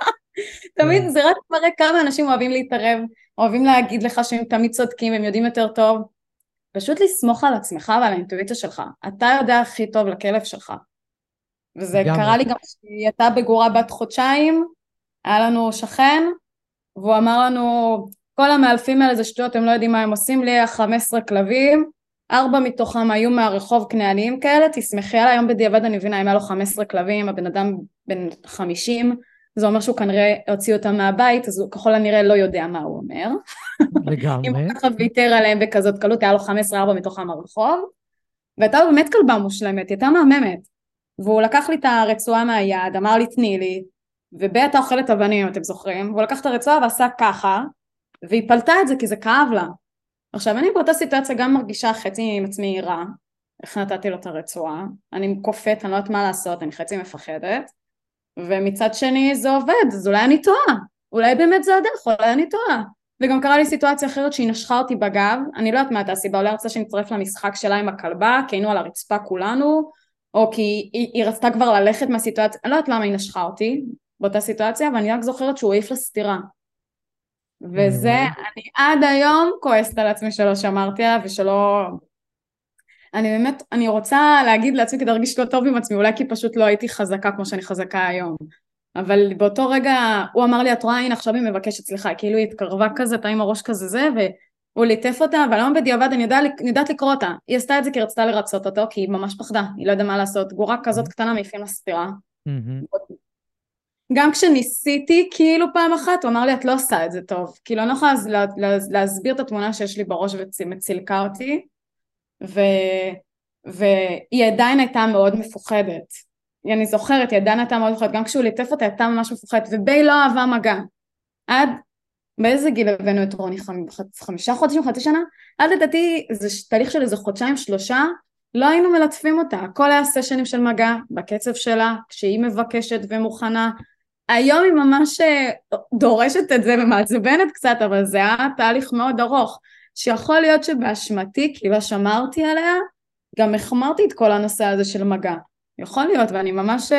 תמיד זה רק מראה כמה אנשים אוהבים להתערב, אוהבים להגיד לך שהם תמיד צודקים, הם יודעים יותר טוב. פשוט לסמוך על עצמך ועל האינטואיציה שלך. אתה יודע הכי טוב לכלב שלך. וזה קרה לי גם שהיא הייתה בגורה בת חודשיים, היה לנו שכן, והוא אמר לנו, כל המאלפים האלה זה שטויות, הם לא יודעים מה הם עושים לי, חמש עשרה כלבים, ארבע מתוכם היו מהרחוב כנעניים כאלה, תשמחי עליי, היום בדיעבד אני מבינה, אם היה לו חמש עשרה כלבים, הבן אדם בן חמישים, זה אומר שהוא כנראה הוציא אותם מהבית, אז הוא ככל הנראה לא יודע מה הוא אומר. לגמרי. אם הוא ככה ויתר עליהם בכזאת קלות, היה לו חמש עשרה ארבע מתוכם מהרחוב, והייתה לו באמת כלבה מושלמת, היא הייתה מהממת. והוא לקח לי את הרצועה מהיד, אמר לי תני לי, ובית האוכלת אבנים, אתם זוכרים, והוא לקח את הרצועה ועשה ככה, והיא פלטה את זה כי זה כאב לה. עכשיו אני באותה סיטואציה גם מרגישה חצי עם עצמי רע, איך נתתי לו את הרצועה, אני קופאת, אני לא יודעת מה לעשות, אני חצי מפחדת, ומצד שני זה עובד, אז אולי אני טועה, אולי באמת זה הדרך, אולי אני טועה. וגם קרה לי סיטואציה אחרת שהיא נשכה אותי בגב, אני לא יודעת מה הסיבה, אולי רצה שנצטרף למשחק שלה עם הכלבה, כי היינו על הרצפה כולנו, או כי היא, היא רצתה כבר ללכת מהסיטואציה, אני לא יודעת למה היא נשכה אותי באותה סיטואציה, ואני רק זוכרת שהוא העיף לסתירה. וזה, אני עד היום כועסת על עצמי שלא שמרתי עליו, ושלא... אני באמת, אני רוצה להגיד לעצמי כדי להרגיש לא טוב עם עצמי, אולי כי פשוט לא הייתי חזקה כמו שאני חזקה היום. אבל באותו רגע, הוא אמר לי, את רואה, הנה עכשיו היא מבקשת סליחה, כאילו היא התקרבה כזה, אתה עם הראש כזה זה, והוא ליטף אותה, אבל היום בדיעבד אני יודע, יודעת לקרוא אותה. היא עשתה את זה כי רצתה לרצות אותו, כי היא ממש פחדה, היא לא יודעה מה לעשות, גורה כזאת קטנה מעיפים לסתירה. גם כשניסיתי כאילו פעם אחת, הוא אמר לי, את לא עושה את זה טוב, כאילו אני לא יכולה להסביר את התמונה שיש לי בראש ומצילקה אותי, ו... והיא עדיין הייתה מאוד מפוחדת. אני זוכרת, היא עדיין הייתה מאוד מפוחדת, גם כשהוא ליטף אותה הייתה ממש מפוחדת, וביי לא אהבה מגע. עד, באיזה גיל הבאנו את רוני? חמישה חודשים, חצי שנה? עד לדעתי, זה תהליך של איזה חודשיים, שלושה, לא היינו מלטפים אותה. הכל היה סשנים של מגע, בקצב שלה, כשהיא מבקשת ומוכנה. היום היא ממש דורשת את זה ומעצבנת קצת, אבל זה היה תהליך מאוד ארוך, שיכול להיות שבאשמתי, כי לא שמרתי עליה, גם החמרתי את כל הנושא הזה של מגע. יכול להיות, ואני ממש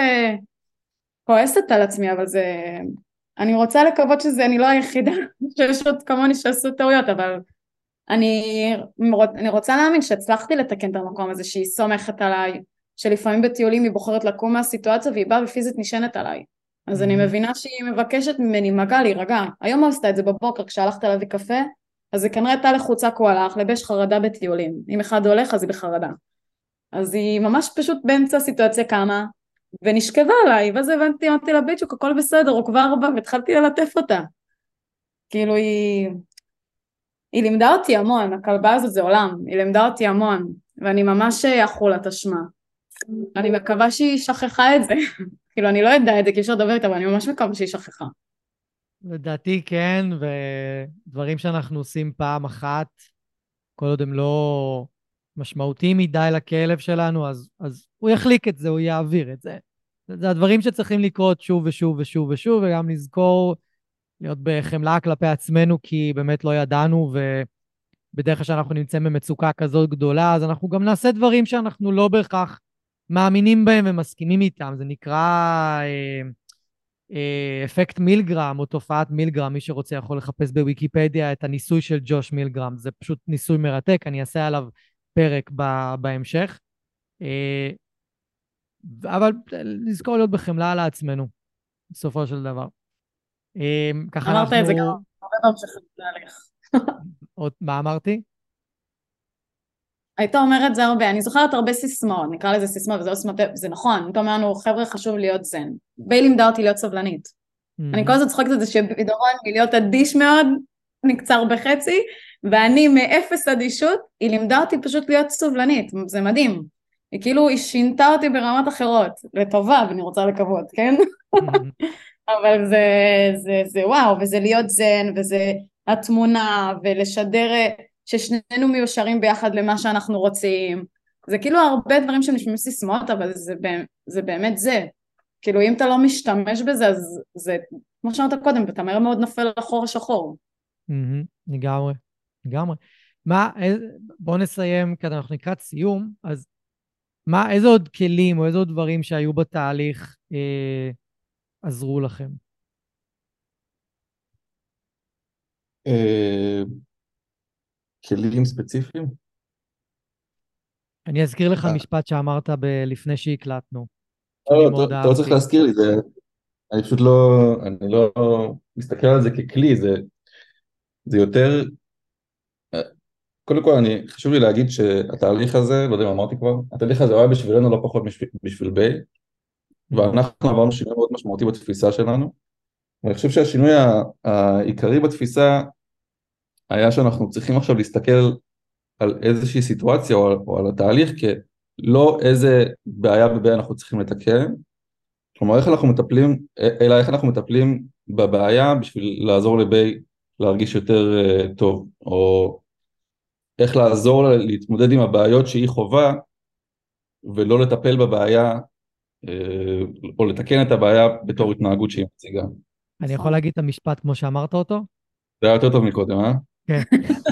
כועסת על עצמי, אבל זה... אני רוצה לקוות שזה, אני לא היחידה, שיש עוד כמוני שעשו טעויות, אבל אני, אני רוצה להאמין שהצלחתי לתקן את המקום הזה, שהיא סומכת עליי, שלפעמים בטיולים היא בוחרת לקום מהסיטואציה, והיא באה ופיזית נשענת עליי. אז אני מבינה שהיא מבקשת ממני מגע להירגע. היום עשתה את זה בבוקר, כשהלכת להביא קפה, אז זה כנראה הייתה לחוצה כי הוא הלך, לבש חרדה בטיולים. אם אחד הולך, אז היא בחרדה. אז היא ממש פשוט באמצע הסיטואציה קמה, ונשכבה עליי, ואז הבנתי, אמרתי לה, ביצ'וק, הכל בסדר, הוא כבר בא, והתחלתי ללטף אותה. כאילו היא... היא לימדה אותי המון, הכלבה הזאת זה עולם, היא לימדה אותי המון, ואני ממש אחולה את השמה. אני מקווה שהיא שכחה את זה. כאילו, אני לא יודע את זה, כי אפשר לדבר איתה, אבל אני ממש מקווה שהיא שכחה. לדעתי כן, ודברים שאנחנו עושים פעם אחת, כל עוד הם לא משמעותיים מדי לכלב שלנו, אז, אז הוא יחליק את זה, הוא יעביר את זה. זה הדברים שצריכים לקרות שוב ושוב ושוב ושוב, וגם לזכור להיות בחמלה כלפי עצמנו, כי באמת לא ידענו, ובדרך כלל שאנחנו נמצאים במצוקה כזאת גדולה, אז אנחנו גם נעשה דברים שאנחנו לא בהכרח מאמינים בהם ומסכימים איתם. זה נקרא... אה, אפקט מילגרם או תופעת מילגרם, מי שרוצה יכול לחפש בוויקיפדיה את הניסוי של ג'וש מילגרם, זה פשוט ניסוי מרתק, אני אעשה עליו פרק בהמשך. אבל נזכור להיות בחמלה לעצמנו, בסופו של דבר. אמרת את זה גם, הרבה פעם שחלק להליך. מה אמרתי? היית אומר את זה הרבה, אני זוכרת הרבה סיסמאות, נקרא לזה סיסמאות, וזה לא סיסמאות, זה נכון, אתה אומר לנו, חבר'ה, חשוב להיות זן. ביי לימדה אותי להיות סבלנית. אני כל הזמן צוחקת את זה שפתרון מלהיות אדיש מאוד, נקצר בחצי, ואני מאפס אדישות, היא לימדה אותי פשוט להיות סובלנית, זה מדהים. היא כאילו, היא שינתה אותי ברמות אחרות, לטובה, ואני רוצה לקוות, כן? אבל זה, זה, זה וואו, וזה להיות זן, וזה התמונה, ולשדר ששנינו מיושרים ביחד למה שאנחנו רוצים. זה כאילו הרבה דברים שנשמעים סיסמאות, אבל זה, זה באמת זה. כאילו, אם אתה לא משתמש בזה, אז זה, כמו שאמרת קודם, אתה מהר מאוד נופל לחור השחור. לגמרי, לגמרי. מה, בואו נסיים, כי אנחנו לקראת סיום, אז מה, איזה עוד כלים או איזה עוד דברים שהיו בתהליך אה, עזרו לכם? אה, כלים ספציפיים? אני אזכיר לך משפט שאמרת ב- לפני שהקלטנו. לא, אתה לא צריך להזכיר לי, זה, אני פשוט לא, אני לא מסתכל על זה ככלי, זה, זה יותר, קודם כל אני, חשוב לי להגיד שהתהליך הזה, לא יודע אם אמרתי כבר, התהליך הזה היה בשבילנו לא פחות בשביל, בשביל ביי, ואנחנו עברנו שינוי מאוד משמעותי בתפיסה שלנו, ואני חושב שהשינוי העיקרי בתפיסה היה שאנחנו צריכים עכשיו להסתכל על איזושהי סיטואציה או על, או על התהליך כלא איזה בעיה בבעיה אנחנו צריכים לתקן, כלומר איך אנחנו מטפלים, אלא איך אנחנו מטפלים בבעיה בשביל לעזור לביי להרגיש יותר uh, טוב, או איך לעזור לה להתמודד עם הבעיות שהיא חובה, ולא לטפל בבעיה, uh, או לתקן את הבעיה בתור התנהגות שהיא מציגה. אני יכול להגיד את המשפט כמו שאמרת אותו? זה היה יותר טוב מקודם, אה? כן.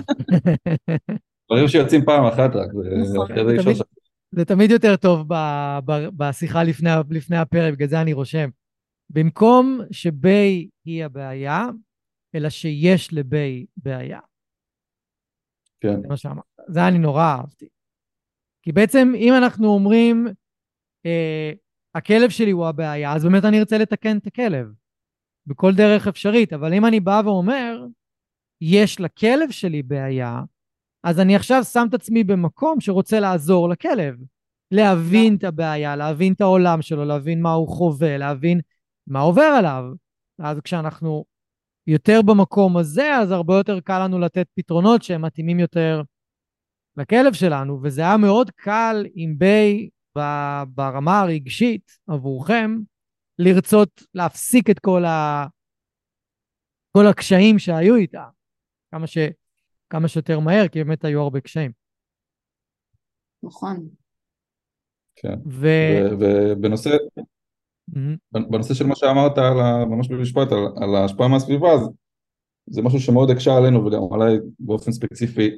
דברים שיוצאים פעם אחת רק, אחרי זה אי אפשר... זה תמיד יותר טוב בשיחה לפני הפרק, בגלל זה אני רושם. במקום שביי היא הבעיה, אלא שיש לביי בעיה. כן. זה מה שאמרת. זה אני נורא אהבתי. כי בעצם אם אנחנו אומרים, אה, הכלב שלי הוא הבעיה, אז באמת אני ארצה לתקן את הכלב. בכל דרך אפשרית. אבל אם אני בא ואומר, יש לכלב שלי בעיה, אז אני עכשיו שם את עצמי במקום שרוצה לעזור לכלב. להבין את הבעיה, להבין את העולם שלו, להבין מה הוא חווה, להבין מה עובר עליו. אז כשאנחנו יותר במקום הזה, אז הרבה יותר קל לנו לתת פתרונות שהם מתאימים יותר לכלב שלנו, וזה היה מאוד קל עם ביי ברמה הרגשית עבורכם, לרצות להפסיק את כל, ה... כל הקשיים שהיו איתה, כמה, ש... כמה שיותר מהר, כי באמת היו הרבה קשיים. נכון. כן, ו... ובנושא... בנושא של מה שאמרת, ממש במשפט, על, על ההשפעה מהסביבה, אז זה משהו שמאוד הקשה עלינו, וגם עליי באופן ספציפי,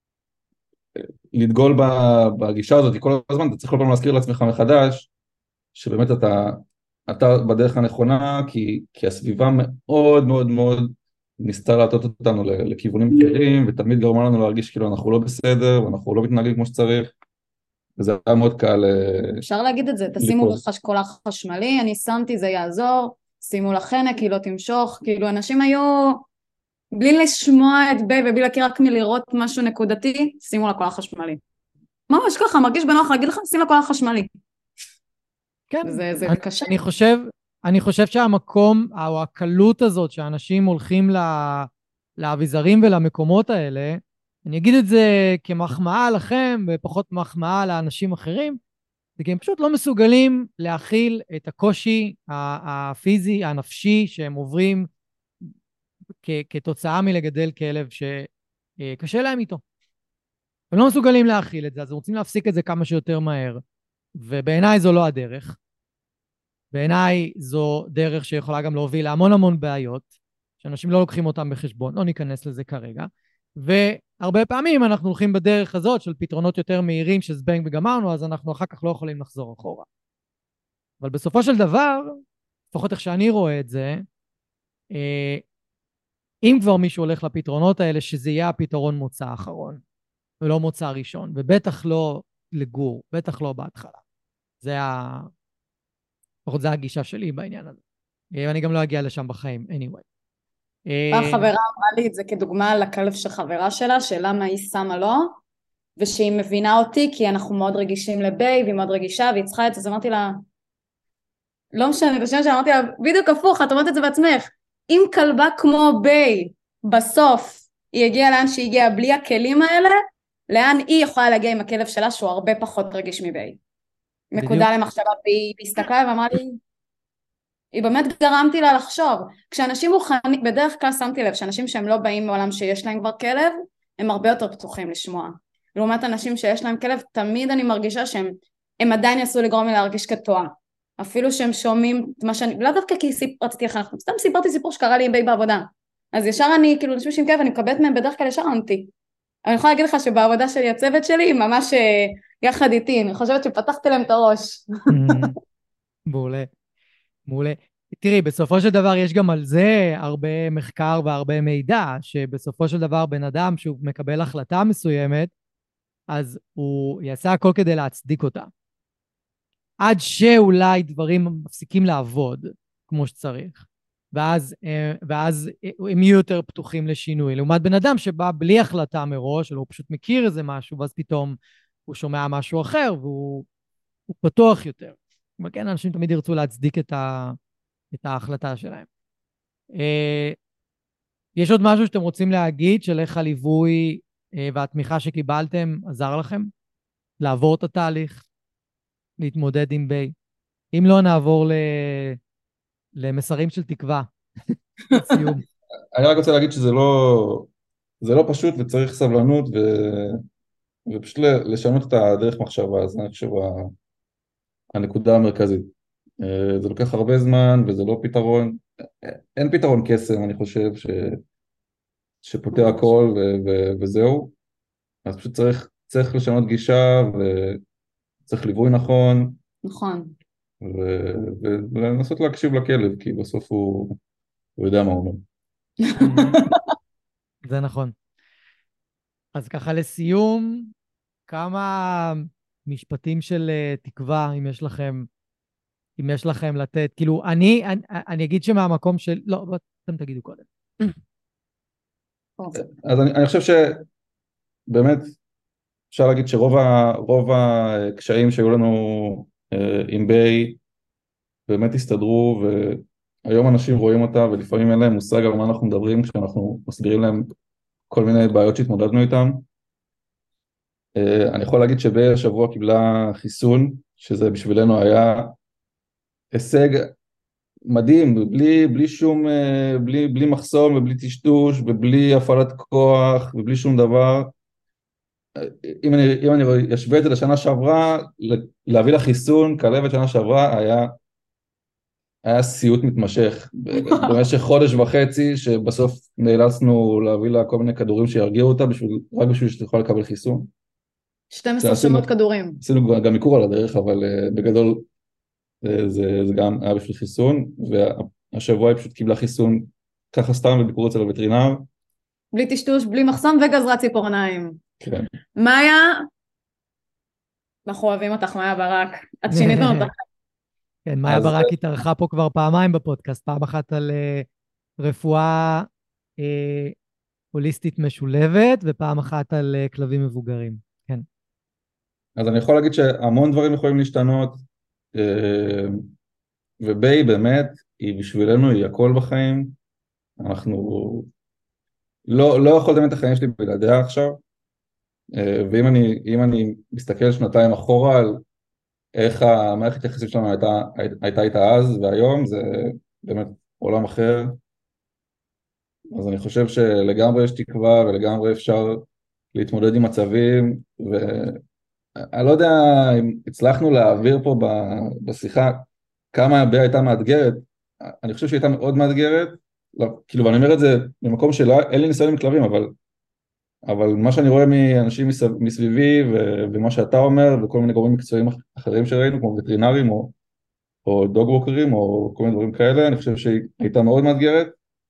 לדגול בגישה הזאת, כל הזמן אתה צריך כל פעם להזכיר לעצמך מחדש, שבאמת אתה, אתה בדרך הנכונה, כי, כי הסביבה מאוד מאוד מאוד ניסתה להטות אותנו לכיוונים אחרים, ותמיד גרמה לנו להרגיש כאילו אנחנו לא בסדר, ואנחנו לא מתנהגים כמו שצריך, וזה היה מאוד קל. אפשר להגיד את זה, תשימו קולח חשמלי, אני שמתי, זה יעזור, שימו לחנק, היא לא תמשוך, כאילו אנשים היו, בלי לשמוע את ביי ובלי להכיר רק מלראות משהו נקודתי, שימו לה קולח חשמלי. ממש ככה, מרגיש בנוח להגיד לך, שים לה קולח חשמלי. כן, זה, זה אני, קשה. אני חושב, אני חושב שהמקום, או הקלות הזאת שאנשים הולכים לאביזרים ולמקומות האלה, אני אגיד את זה כמחמאה לכם, ופחות מחמאה לאנשים אחרים, זה כי הם פשוט לא מסוגלים להכיל את הקושי הפיזי, הנפשי, שהם עוברים כ- כתוצאה מלגדל כלב שקשה להם איתו. הם לא מסוגלים להכיל את זה, אז הם רוצים להפסיק את זה כמה שיותר מהר, ובעיניי זו לא הדרך. בעיניי זו דרך שיכולה גם להוביל להמון המון בעיות, שאנשים לא לוקחים אותם בחשבון, לא ניכנס לזה כרגע, והרבה פעמים אנחנו הולכים בדרך הזאת של פתרונות יותר מהירים שזבנג וגמרנו, אז אנחנו אחר כך לא יכולים לחזור אחורה. אבל בסופו של דבר, לפחות איך שאני רואה את זה, אם כבר מישהו הולך לפתרונות האלה, שזה יהיה הפתרון מוצא האחרון, ולא מוצא ראשון, ובטח לא לגור, בטח לא בהתחלה. זה ה... לפחות זה הגישה שלי בעניין הזה. ואני גם לא אגיע לשם בחיים, anyway. פעם חברה אמרה לי את זה כדוגמה לכלב של חברה שלה, שלמה היא שמה לו, ושהיא מבינה אותי, כי אנחנו מאוד רגישים לביי, והיא מאוד רגישה, והיא צריכה את זה, אז אמרתי לה, לא משנה, בשביל שאמרתי לה, בדיוק הפוך, את אומרת את זה בעצמך, אם כלבה כמו ביי, בסוף, היא הגיעה לאן שהיא הגיעה בלי הכלים האלה, לאן היא יכולה להגיע עם הכלב שלה, שהוא הרבה פחות רגיש מביי. נקודה למחשבה, והיא הסתכלה ואמרה לי, היא באמת גרמתי לה לחשוב, כשאנשים מוכנים, בדרך כלל שמתי לב, שאנשים שהם לא באים מעולם שיש להם כבר כלב, הם הרבה יותר פתוחים לשמוע. לעומת אנשים שיש להם כלב, תמיד אני מרגישה שהם הם עדיין יעשו לגרום לי להרגיש כתועה. אפילו שהם שומעים את מה שאני, לא דווקא כי רציתי לך, סתם סיפרתי סיפור שקרה לי עם ביי בעבודה. אז ישר אני, כאילו, אנשים שעם כלב, אני מקבלת מהם בדרך כלל ישר ענתי. אני יכולה להגיד לך שבעבודה שלי, הצוות שלי, ממש יחד איתי, אני חושבת שפתחתי להם את הראש. מעולה, מעולה. תראי, בסופו של דבר יש גם על זה הרבה מחקר והרבה מידע, שבסופו של דבר בן אדם שהוא מקבל החלטה מסוימת, אז הוא יעשה הכל כדי להצדיק אותה. עד שאולי דברים מפסיקים לעבוד כמו שצריך. ואז, ואז הם יהיו יותר פתוחים לשינוי. לעומת בן אדם שבא בלי החלטה מראש, או הוא פשוט מכיר איזה משהו, ואז פתאום הוא שומע משהו אחר, והוא פתוח יותר. אבל כן, אנשים תמיד ירצו להצדיק את, ה, את ההחלטה שלהם. יש עוד משהו שאתם רוצים להגיד, של איך הליווי והתמיכה שקיבלתם עזר לכם? לעבור את התהליך? להתמודד עם ביי? אם לא, נעבור ל... למסרים של תקווה. סיום. אני רק רוצה להגיד שזה לא, זה לא פשוט וצריך סבלנות ו... ופשוט לשנות את הדרך מחשבה, אז אני חושב הנקודה המרכזית. זה לוקח הרבה זמן וזה לא פתרון, אין פתרון קסם, אני חושב ש... שפותר הכל ו... ו... וזהו, אז פשוט צריך, צריך לשנות גישה וצריך ליווי נכון. נכון. ולנסות להקשיב לכלב, כי בסוף הוא, הוא יודע מה הוא אומר. זה נכון. אז ככה לסיום, כמה משפטים של תקווה, אם יש לכם, אם יש לכם לתת, כאילו, אני, אני, אני אגיד שמהמקום של, לא, אתם תגידו קודם. אז אני, אני חושב שבאמת, אפשר להגיד שרוב ה, רוב הקשיים שהיו לנו עם ביי, באמת הסתדרו, והיום אנשים רואים אותה, ולפעמים אין להם מושג על מה אנחנו מדברים, כשאנחנו מסבירים להם כל מיני בעיות שהתמודדנו איתם. אני יכול להגיד שביי השבוע קיבלה חיסון, שזה בשבילנו היה הישג מדהים, בלי, בלי שום, בלי, בלי מחסום ובלי טשטוש, ובלי הפעלת כוח, ובלי שום דבר. אם אני, אם אני אשווה את זה לשנה שעברה, להביא לחיסון, כלבת שנה שעברה, היה, היה סיוט מתמשך, במשך חודש וחצי, שבסוף נאלצנו להביא לה כל מיני כדורים שירגיעו אותה, בשביל, רק בשביל שתוכל לקבל חיסון. שתים עשרה שמות כדורים. עשינו גם עיקור על הדרך, אבל בגדול זה, זה גם היה בשביל חיסון, והשבוע היא פשוט קיבלה חיסון, ככה סתם בביקור אצל הווטרינר. בלי טשטוש, בלי מחסום וגזרת ציפורניים. כן. מאיה, אנחנו אוהבים אותך, מאיה ברק. את שינית אותך. כן, מאיה ברק התארחה פה כבר פעמיים בפודקאסט, פעם אחת על רפואה הוליסטית משולבת, ופעם אחת על כלבים מבוגרים. כן. אז אני יכול להגיד שהמון דברים יכולים להשתנות, וביי באמת, היא בשבילנו, היא הכל בחיים. אנחנו לא, לא יכול לדמיין את החיים שלי בלעדיה עכשיו, ואם אני, אם אני מסתכל שנתיים אחורה על איך המערכת היחסים שלנו הייתה, הייתה איתה אז והיום, זה באמת עולם אחר. אז אני חושב שלגמרי יש תקווה ולגמרי אפשר להתמודד עם מצבים, ואני לא יודע אם הצלחנו להעביר פה בשיחה כמה ביי הייתה מאתגרת. אני חושב שהיא הייתה מאוד מאתגרת, כאילו, ואני אומר את זה במקום שלא, אין לי ניסיון עם כלבים, אבל, אבל מה שאני רואה מאנשים מסביבי, ו, ומה שאתה אומר, וכל מיני גורמים מקצועיים אחרים שראינו, כמו וטרינרים, או, או דוג ווקרים, או כל מיני דברים כאלה, אני חושב שהיא הייתה מאוד מאתגרת,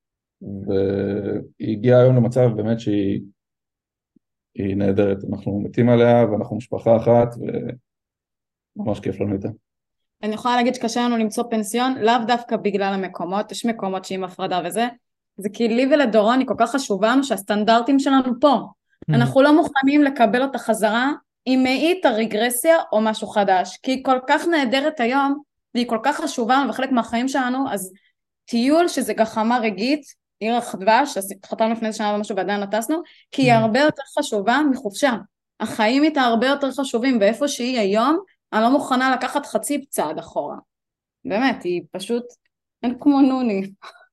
והיא הגיעה היום למצב באמת שהיא היא נהדרת, אנחנו מתים עליה, ואנחנו משפחה אחת, וממש כיף לנו איתה. אני יכולה להגיד שקשה לנו למצוא פנסיון, לאו דווקא בגלל המקומות, יש מקומות שעם הפרדה וזה, זה כי לי ולדורון היא כל כך חשובה לנו שהסטנדרטים שלנו פה, אנחנו לא מוכנים לקבל אותה חזרה, אם מאית הרגרסיה או משהו חדש, כי היא כל כך נהדרת היום, והיא כל כך חשובה לנו וחלק מהחיים שלנו, אז טיול שזה גחמה רגעית, עיר החדווש, חתמנו לפני שנה ומשהו ועדיין נטסנו, כי היא הרבה יותר חשובה מחופשה, החיים איתה הרבה יותר חשובים, ואיפה שהיא היום, אני לא מוכנה לקחת חצי צעד אחורה. באמת, היא פשוט, אין כמו נוני.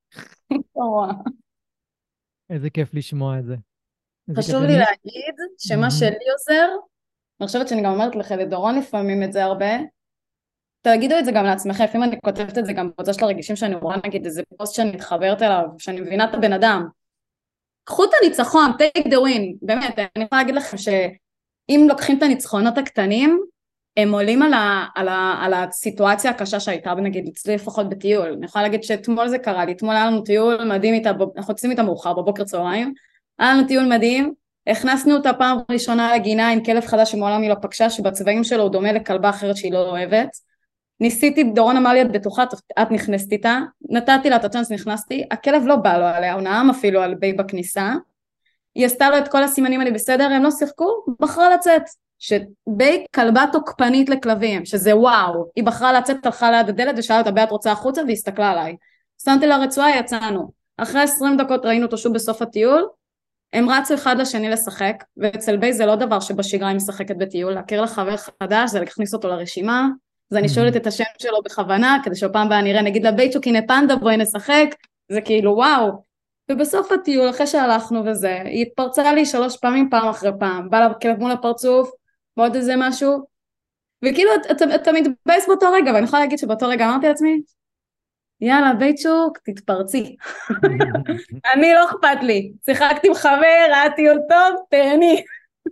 איזה כיף לשמוע את זה. חשוב לי להגיד שמה שלי עוזר, אני חושבת שאני גם אומרת לך לדורון לפעמים את זה הרבה, תגידו את זה גם לעצמכם, לפעמים אני כותבת את זה גם בקבוצה של הרגישים שאני רואה, נגיד איזה פוסט שאני מתחברת אליו, שאני מבינה את הבן אדם. קחו את הניצחון, take the win, באמת, אני יכולה להגיד לכם שאם לוקחים את הניצחונות הקטנים, הם עולים על, ה, על, ה, על הסיטואציה הקשה שהייתה, נגיד, אצלי לפחות בטיול. אני יכולה להגיד שאתמול זה קרה לי, אתמול היה לנו טיול מדהים איתה, אנחנו יוצאים איתה מאוחר בבוקר צהריים, היה לנו טיול מדהים, הכנסנו אותה פעם ראשונה לגינה עם כלב חדש שמעולם היא לא פגשה, שבצבעים שלו הוא דומה לכלבה אחרת שהיא לא אוהבת, ניסיתי, דורון אמר לי את בטוחה, את נכנסת איתה, נתתי לה את הצ'אנס, נכנסתי, הכלב לא בא לו עליה, הוא נעם אפילו על בי בכניסה, היא עשתה לו את כל הסימנים, אני בסדר, הם לא שיחקו, בחרה לצאת, שבי כלבה תוקפנית לכלבים, שזה וואו, היא בחרה לצאת, הלכה ליד הדלת ושאלה אותה, בי את רוצה החוצה, והיא הסתכלה עליי, שמתי לה רצועה, יצאנו, אחרי עשרים דקות ראינו אותו שוב בסוף הטיול, הם רצו אחד לשני לשחק, ואצל בי זה לא דבר שבשגרה היא משחקת בטיול, להכיר לחבר חדש, זה להכניס אותו לרשימה, אז אני שואלת את השם שלו בכוונה, כדי שפעם באה נראה, נגיד לבייצ'וק, הנה פנדה, בואי נשחק, זה כאילו וואו, ובסוף הטיול, אחרי שהלכנו וזה, היא התפרצה לי שלוש פעמים, פעם אחרי פעם, בא לה כלב מול הפרצוף, ועוד איזה משהו, וכאילו אתה מתבייס באותו רגע, ואני יכולה להגיד שבאותו רגע אמרתי לעצמי, יאללה בייצ'וק, תתפרצי, אני לא אכפת לי, שיחקתי עם חבר, היה טיול טוב, תהני.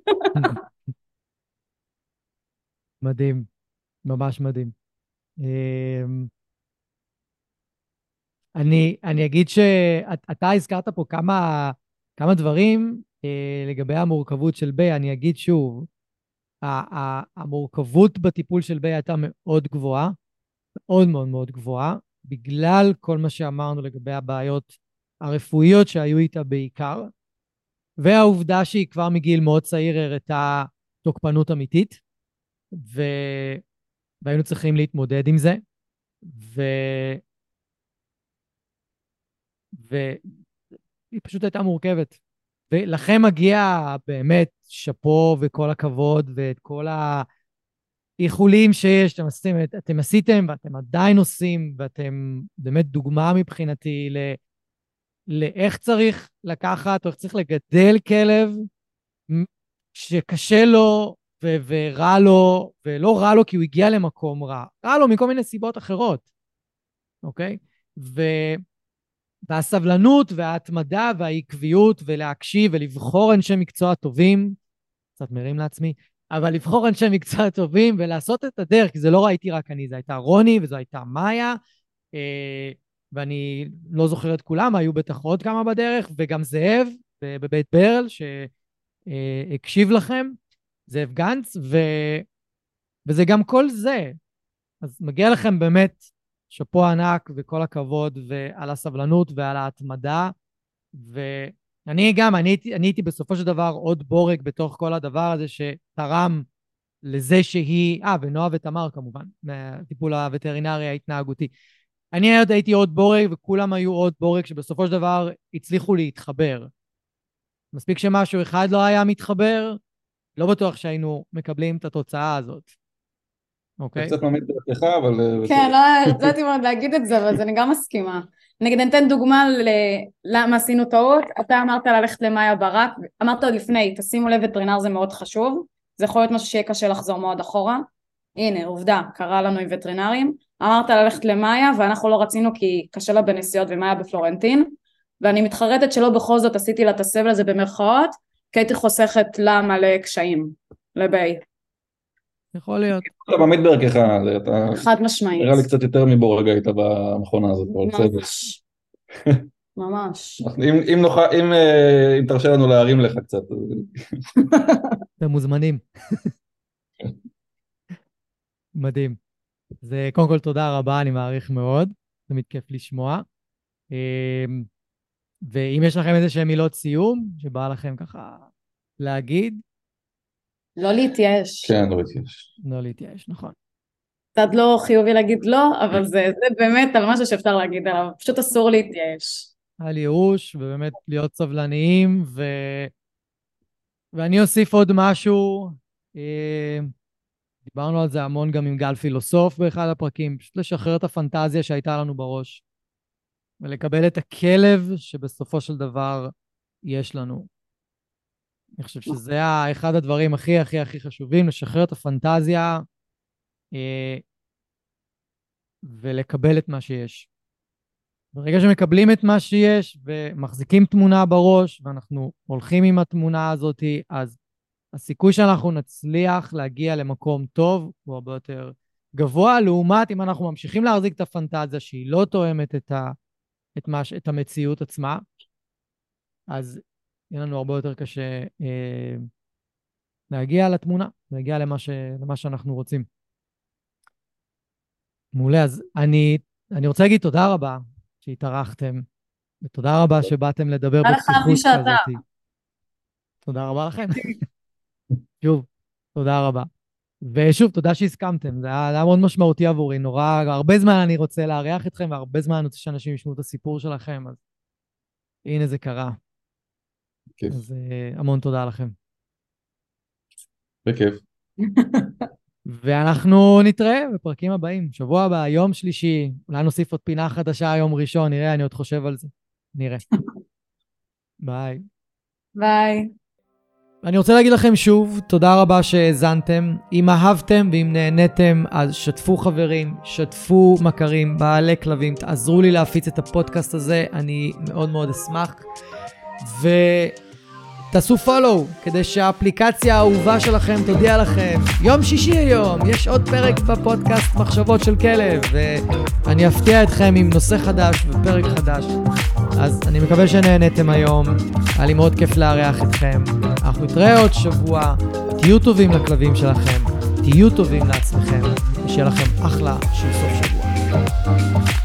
מדהים. ממש מדהים. אני, אני אגיד שאתה הזכרת פה כמה, כמה דברים לגבי המורכבות של בי, אני אגיד שוב, המורכבות בטיפול של בי הייתה מאוד גבוהה, מאוד מאוד מאוד גבוהה, בגלל כל מה שאמרנו לגבי הבעיות הרפואיות שהיו איתה בעיקר, והעובדה שהיא כבר מגיל מאוד צעיר הראתה תוקפנות אמיתית, ו... והיינו צריכים להתמודד עם זה, ו... והיא פשוט הייתה מורכבת. ולכם מגיע באמת שפו וכל הכבוד, ואת כל האיחולים שיש, אתם עשיתם, אתם עשיתם, ואתם עדיין עושים, ואתם באמת דוגמה מבחינתי ל... לאיך צריך לקחת, או איך צריך לגדל כלב, שקשה לו, ו- ורע לו, ולא רע לו כי הוא הגיע למקום רע, רע לו מכל מיני סיבות אחרות, אוקיי? ו- והסבלנות וההתמדה והעקביות ולהקשיב ולבחור אנשי מקצוע טובים, קצת מרים לעצמי, אבל לבחור אנשי מקצוע טובים ולעשות את הדרך, כי זה לא ראיתי רק אני, זה הייתה רוני וזו הייתה מאיה, אה, ואני לא זוכר את כולם, היו בטח עוד כמה בדרך, וגם זאב בבית ברל שהקשיב לכם, זאב גנץ, ו... וזה גם כל זה. אז מגיע לכם באמת שפו ענק וכל הכבוד ועל הסבלנות ועל ההתמדה, ואני גם, אני הייתי, אני הייתי בסופו של דבר עוד בורג בתוך כל הדבר הזה שתרם לזה שהיא, אה, ונועה ותמר כמובן, מהטיפול הווטרינרי ההתנהגותי. אני הייתי עוד בורג וכולם היו עוד בורג שבסופו של דבר הצליחו להתחבר. מספיק שמשהו אחד לא היה מתחבר, לא בטוח שהיינו מקבלים את התוצאה הזאת. אוקיי? קצת ממית דרכך, אבל... כן, לא הרציתי מאוד להגיד את זה, אבל אני גם מסכימה. נגיד, אני אתן דוגמה למה עשינו טעות. אתה אמרת ללכת למאיה ברק, אמרת עוד לפני, תשימו לב, וטרינר זה מאוד חשוב, זה יכול להיות משהו שיהיה קשה לחזור מאוד אחורה. הנה, עובדה, קרה לנו עם וטרינרים. אמרת ללכת למאיה, ואנחנו לא רצינו כי קשה לה בנסיעות ומאיה בפלורנטין, ואני מתחרטת שלא בכל זאת עשיתי לה את הסבל הזה במרכאות, כי הייתי חוסכת לה מלא קשיים, לבי. יכול להיות. אתה באמת בערכך, אתה... חד משמעית. נראה לי קצת יותר מבורגה היית במכונה הזאת. ממש. ממש. אם, אם, נוכל, אם, אם תרשה לנו להרים לך קצת. אתם מוזמנים. מדהים. זה קודם כל תודה רבה, אני מעריך מאוד. זה מתכיף לשמוע. ואם יש לכם איזה שהם מילות סיום, שבא לכם ככה להגיד. לא להתייאש. כן, לא להתייאש. לא להתייאש, נכון. קצת לא חיובי להגיד לא, אבל זה, זה באמת על משהו שאפשר להגיד עליו. פשוט אסור להתייאש. על ייאוש, ובאמת להיות סבלניים, ו... ואני אוסיף עוד משהו, דיברנו על זה המון גם עם גל פילוסוף באחד הפרקים, פשוט לשחרר את הפנטזיה שהייתה לנו בראש, ולקבל את הכלב שבסופו של דבר יש לנו. אני חושב שזה אחד הדברים הכי הכי הכי חשובים, לשחרר את הפנטזיה, ולקבל את מה שיש. ברגע שמקבלים את מה שיש ומחזיקים תמונה בראש, ואנחנו הולכים עם התמונה הזאת, אז הסיכוי שאנחנו נצליח להגיע למקום טוב הוא הרבה יותר גבוה, לעומת אם אנחנו ממשיכים להחזיק את הפנטזיה שהיא לא תואמת את, ה, את, מה, את המציאות עצמה, אז יהיה לנו הרבה יותר קשה אה, להגיע לתמונה, להגיע למה, ש, למה שאנחנו רוצים. מעולה, אז אני, אני רוצה להגיד תודה רבה שהתארחתם, ותודה רבה שבאתם לדבר בפתיחות כזאת. תודה רבה לכם. שוב, תודה רבה. ושוב, תודה שהסכמתם. זה היה, זה היה מאוד משמעותי עבורי. נורא, הרבה זמן אני רוצה להריח אתכם, והרבה זמן אני רוצה שאנשים ישמעו את הסיפור שלכם, אז הנה זה קרה. כיף. אז המון תודה לכם. בכיף. ואנחנו נתראה בפרקים הבאים. שבוע הבא, יום שלישי, אולי נוסיף עוד פינה חדשה יום ראשון, נראה, אני עוד חושב על זה. נראה. ביי. ביי. אני רוצה להגיד לכם שוב, תודה רבה שהאזנתם. אם אהבתם ואם נהניתם, אז שתפו חברים, שתפו מכרים, בעלי כלבים, תעזרו לי להפיץ את הפודקאסט הזה, אני מאוד מאוד אשמח. ותעשו פולו, כדי שהאפליקציה האהובה שלכם תודיע לכם. יום שישי היום, יש עוד פרק בפודקאסט מחשבות של כלב, ואני אפתיע אתכם עם נושא חדש ופרק חדש. אז אני מקווה שנהניתם היום, היה לי מאוד כיף לארח אתכם. אנחנו נתראה עוד שבוע, תהיו טובים לכלבים שלכם, תהיו טובים לעצמכם, ושיהיה לכם אחלה של סוף שבוע.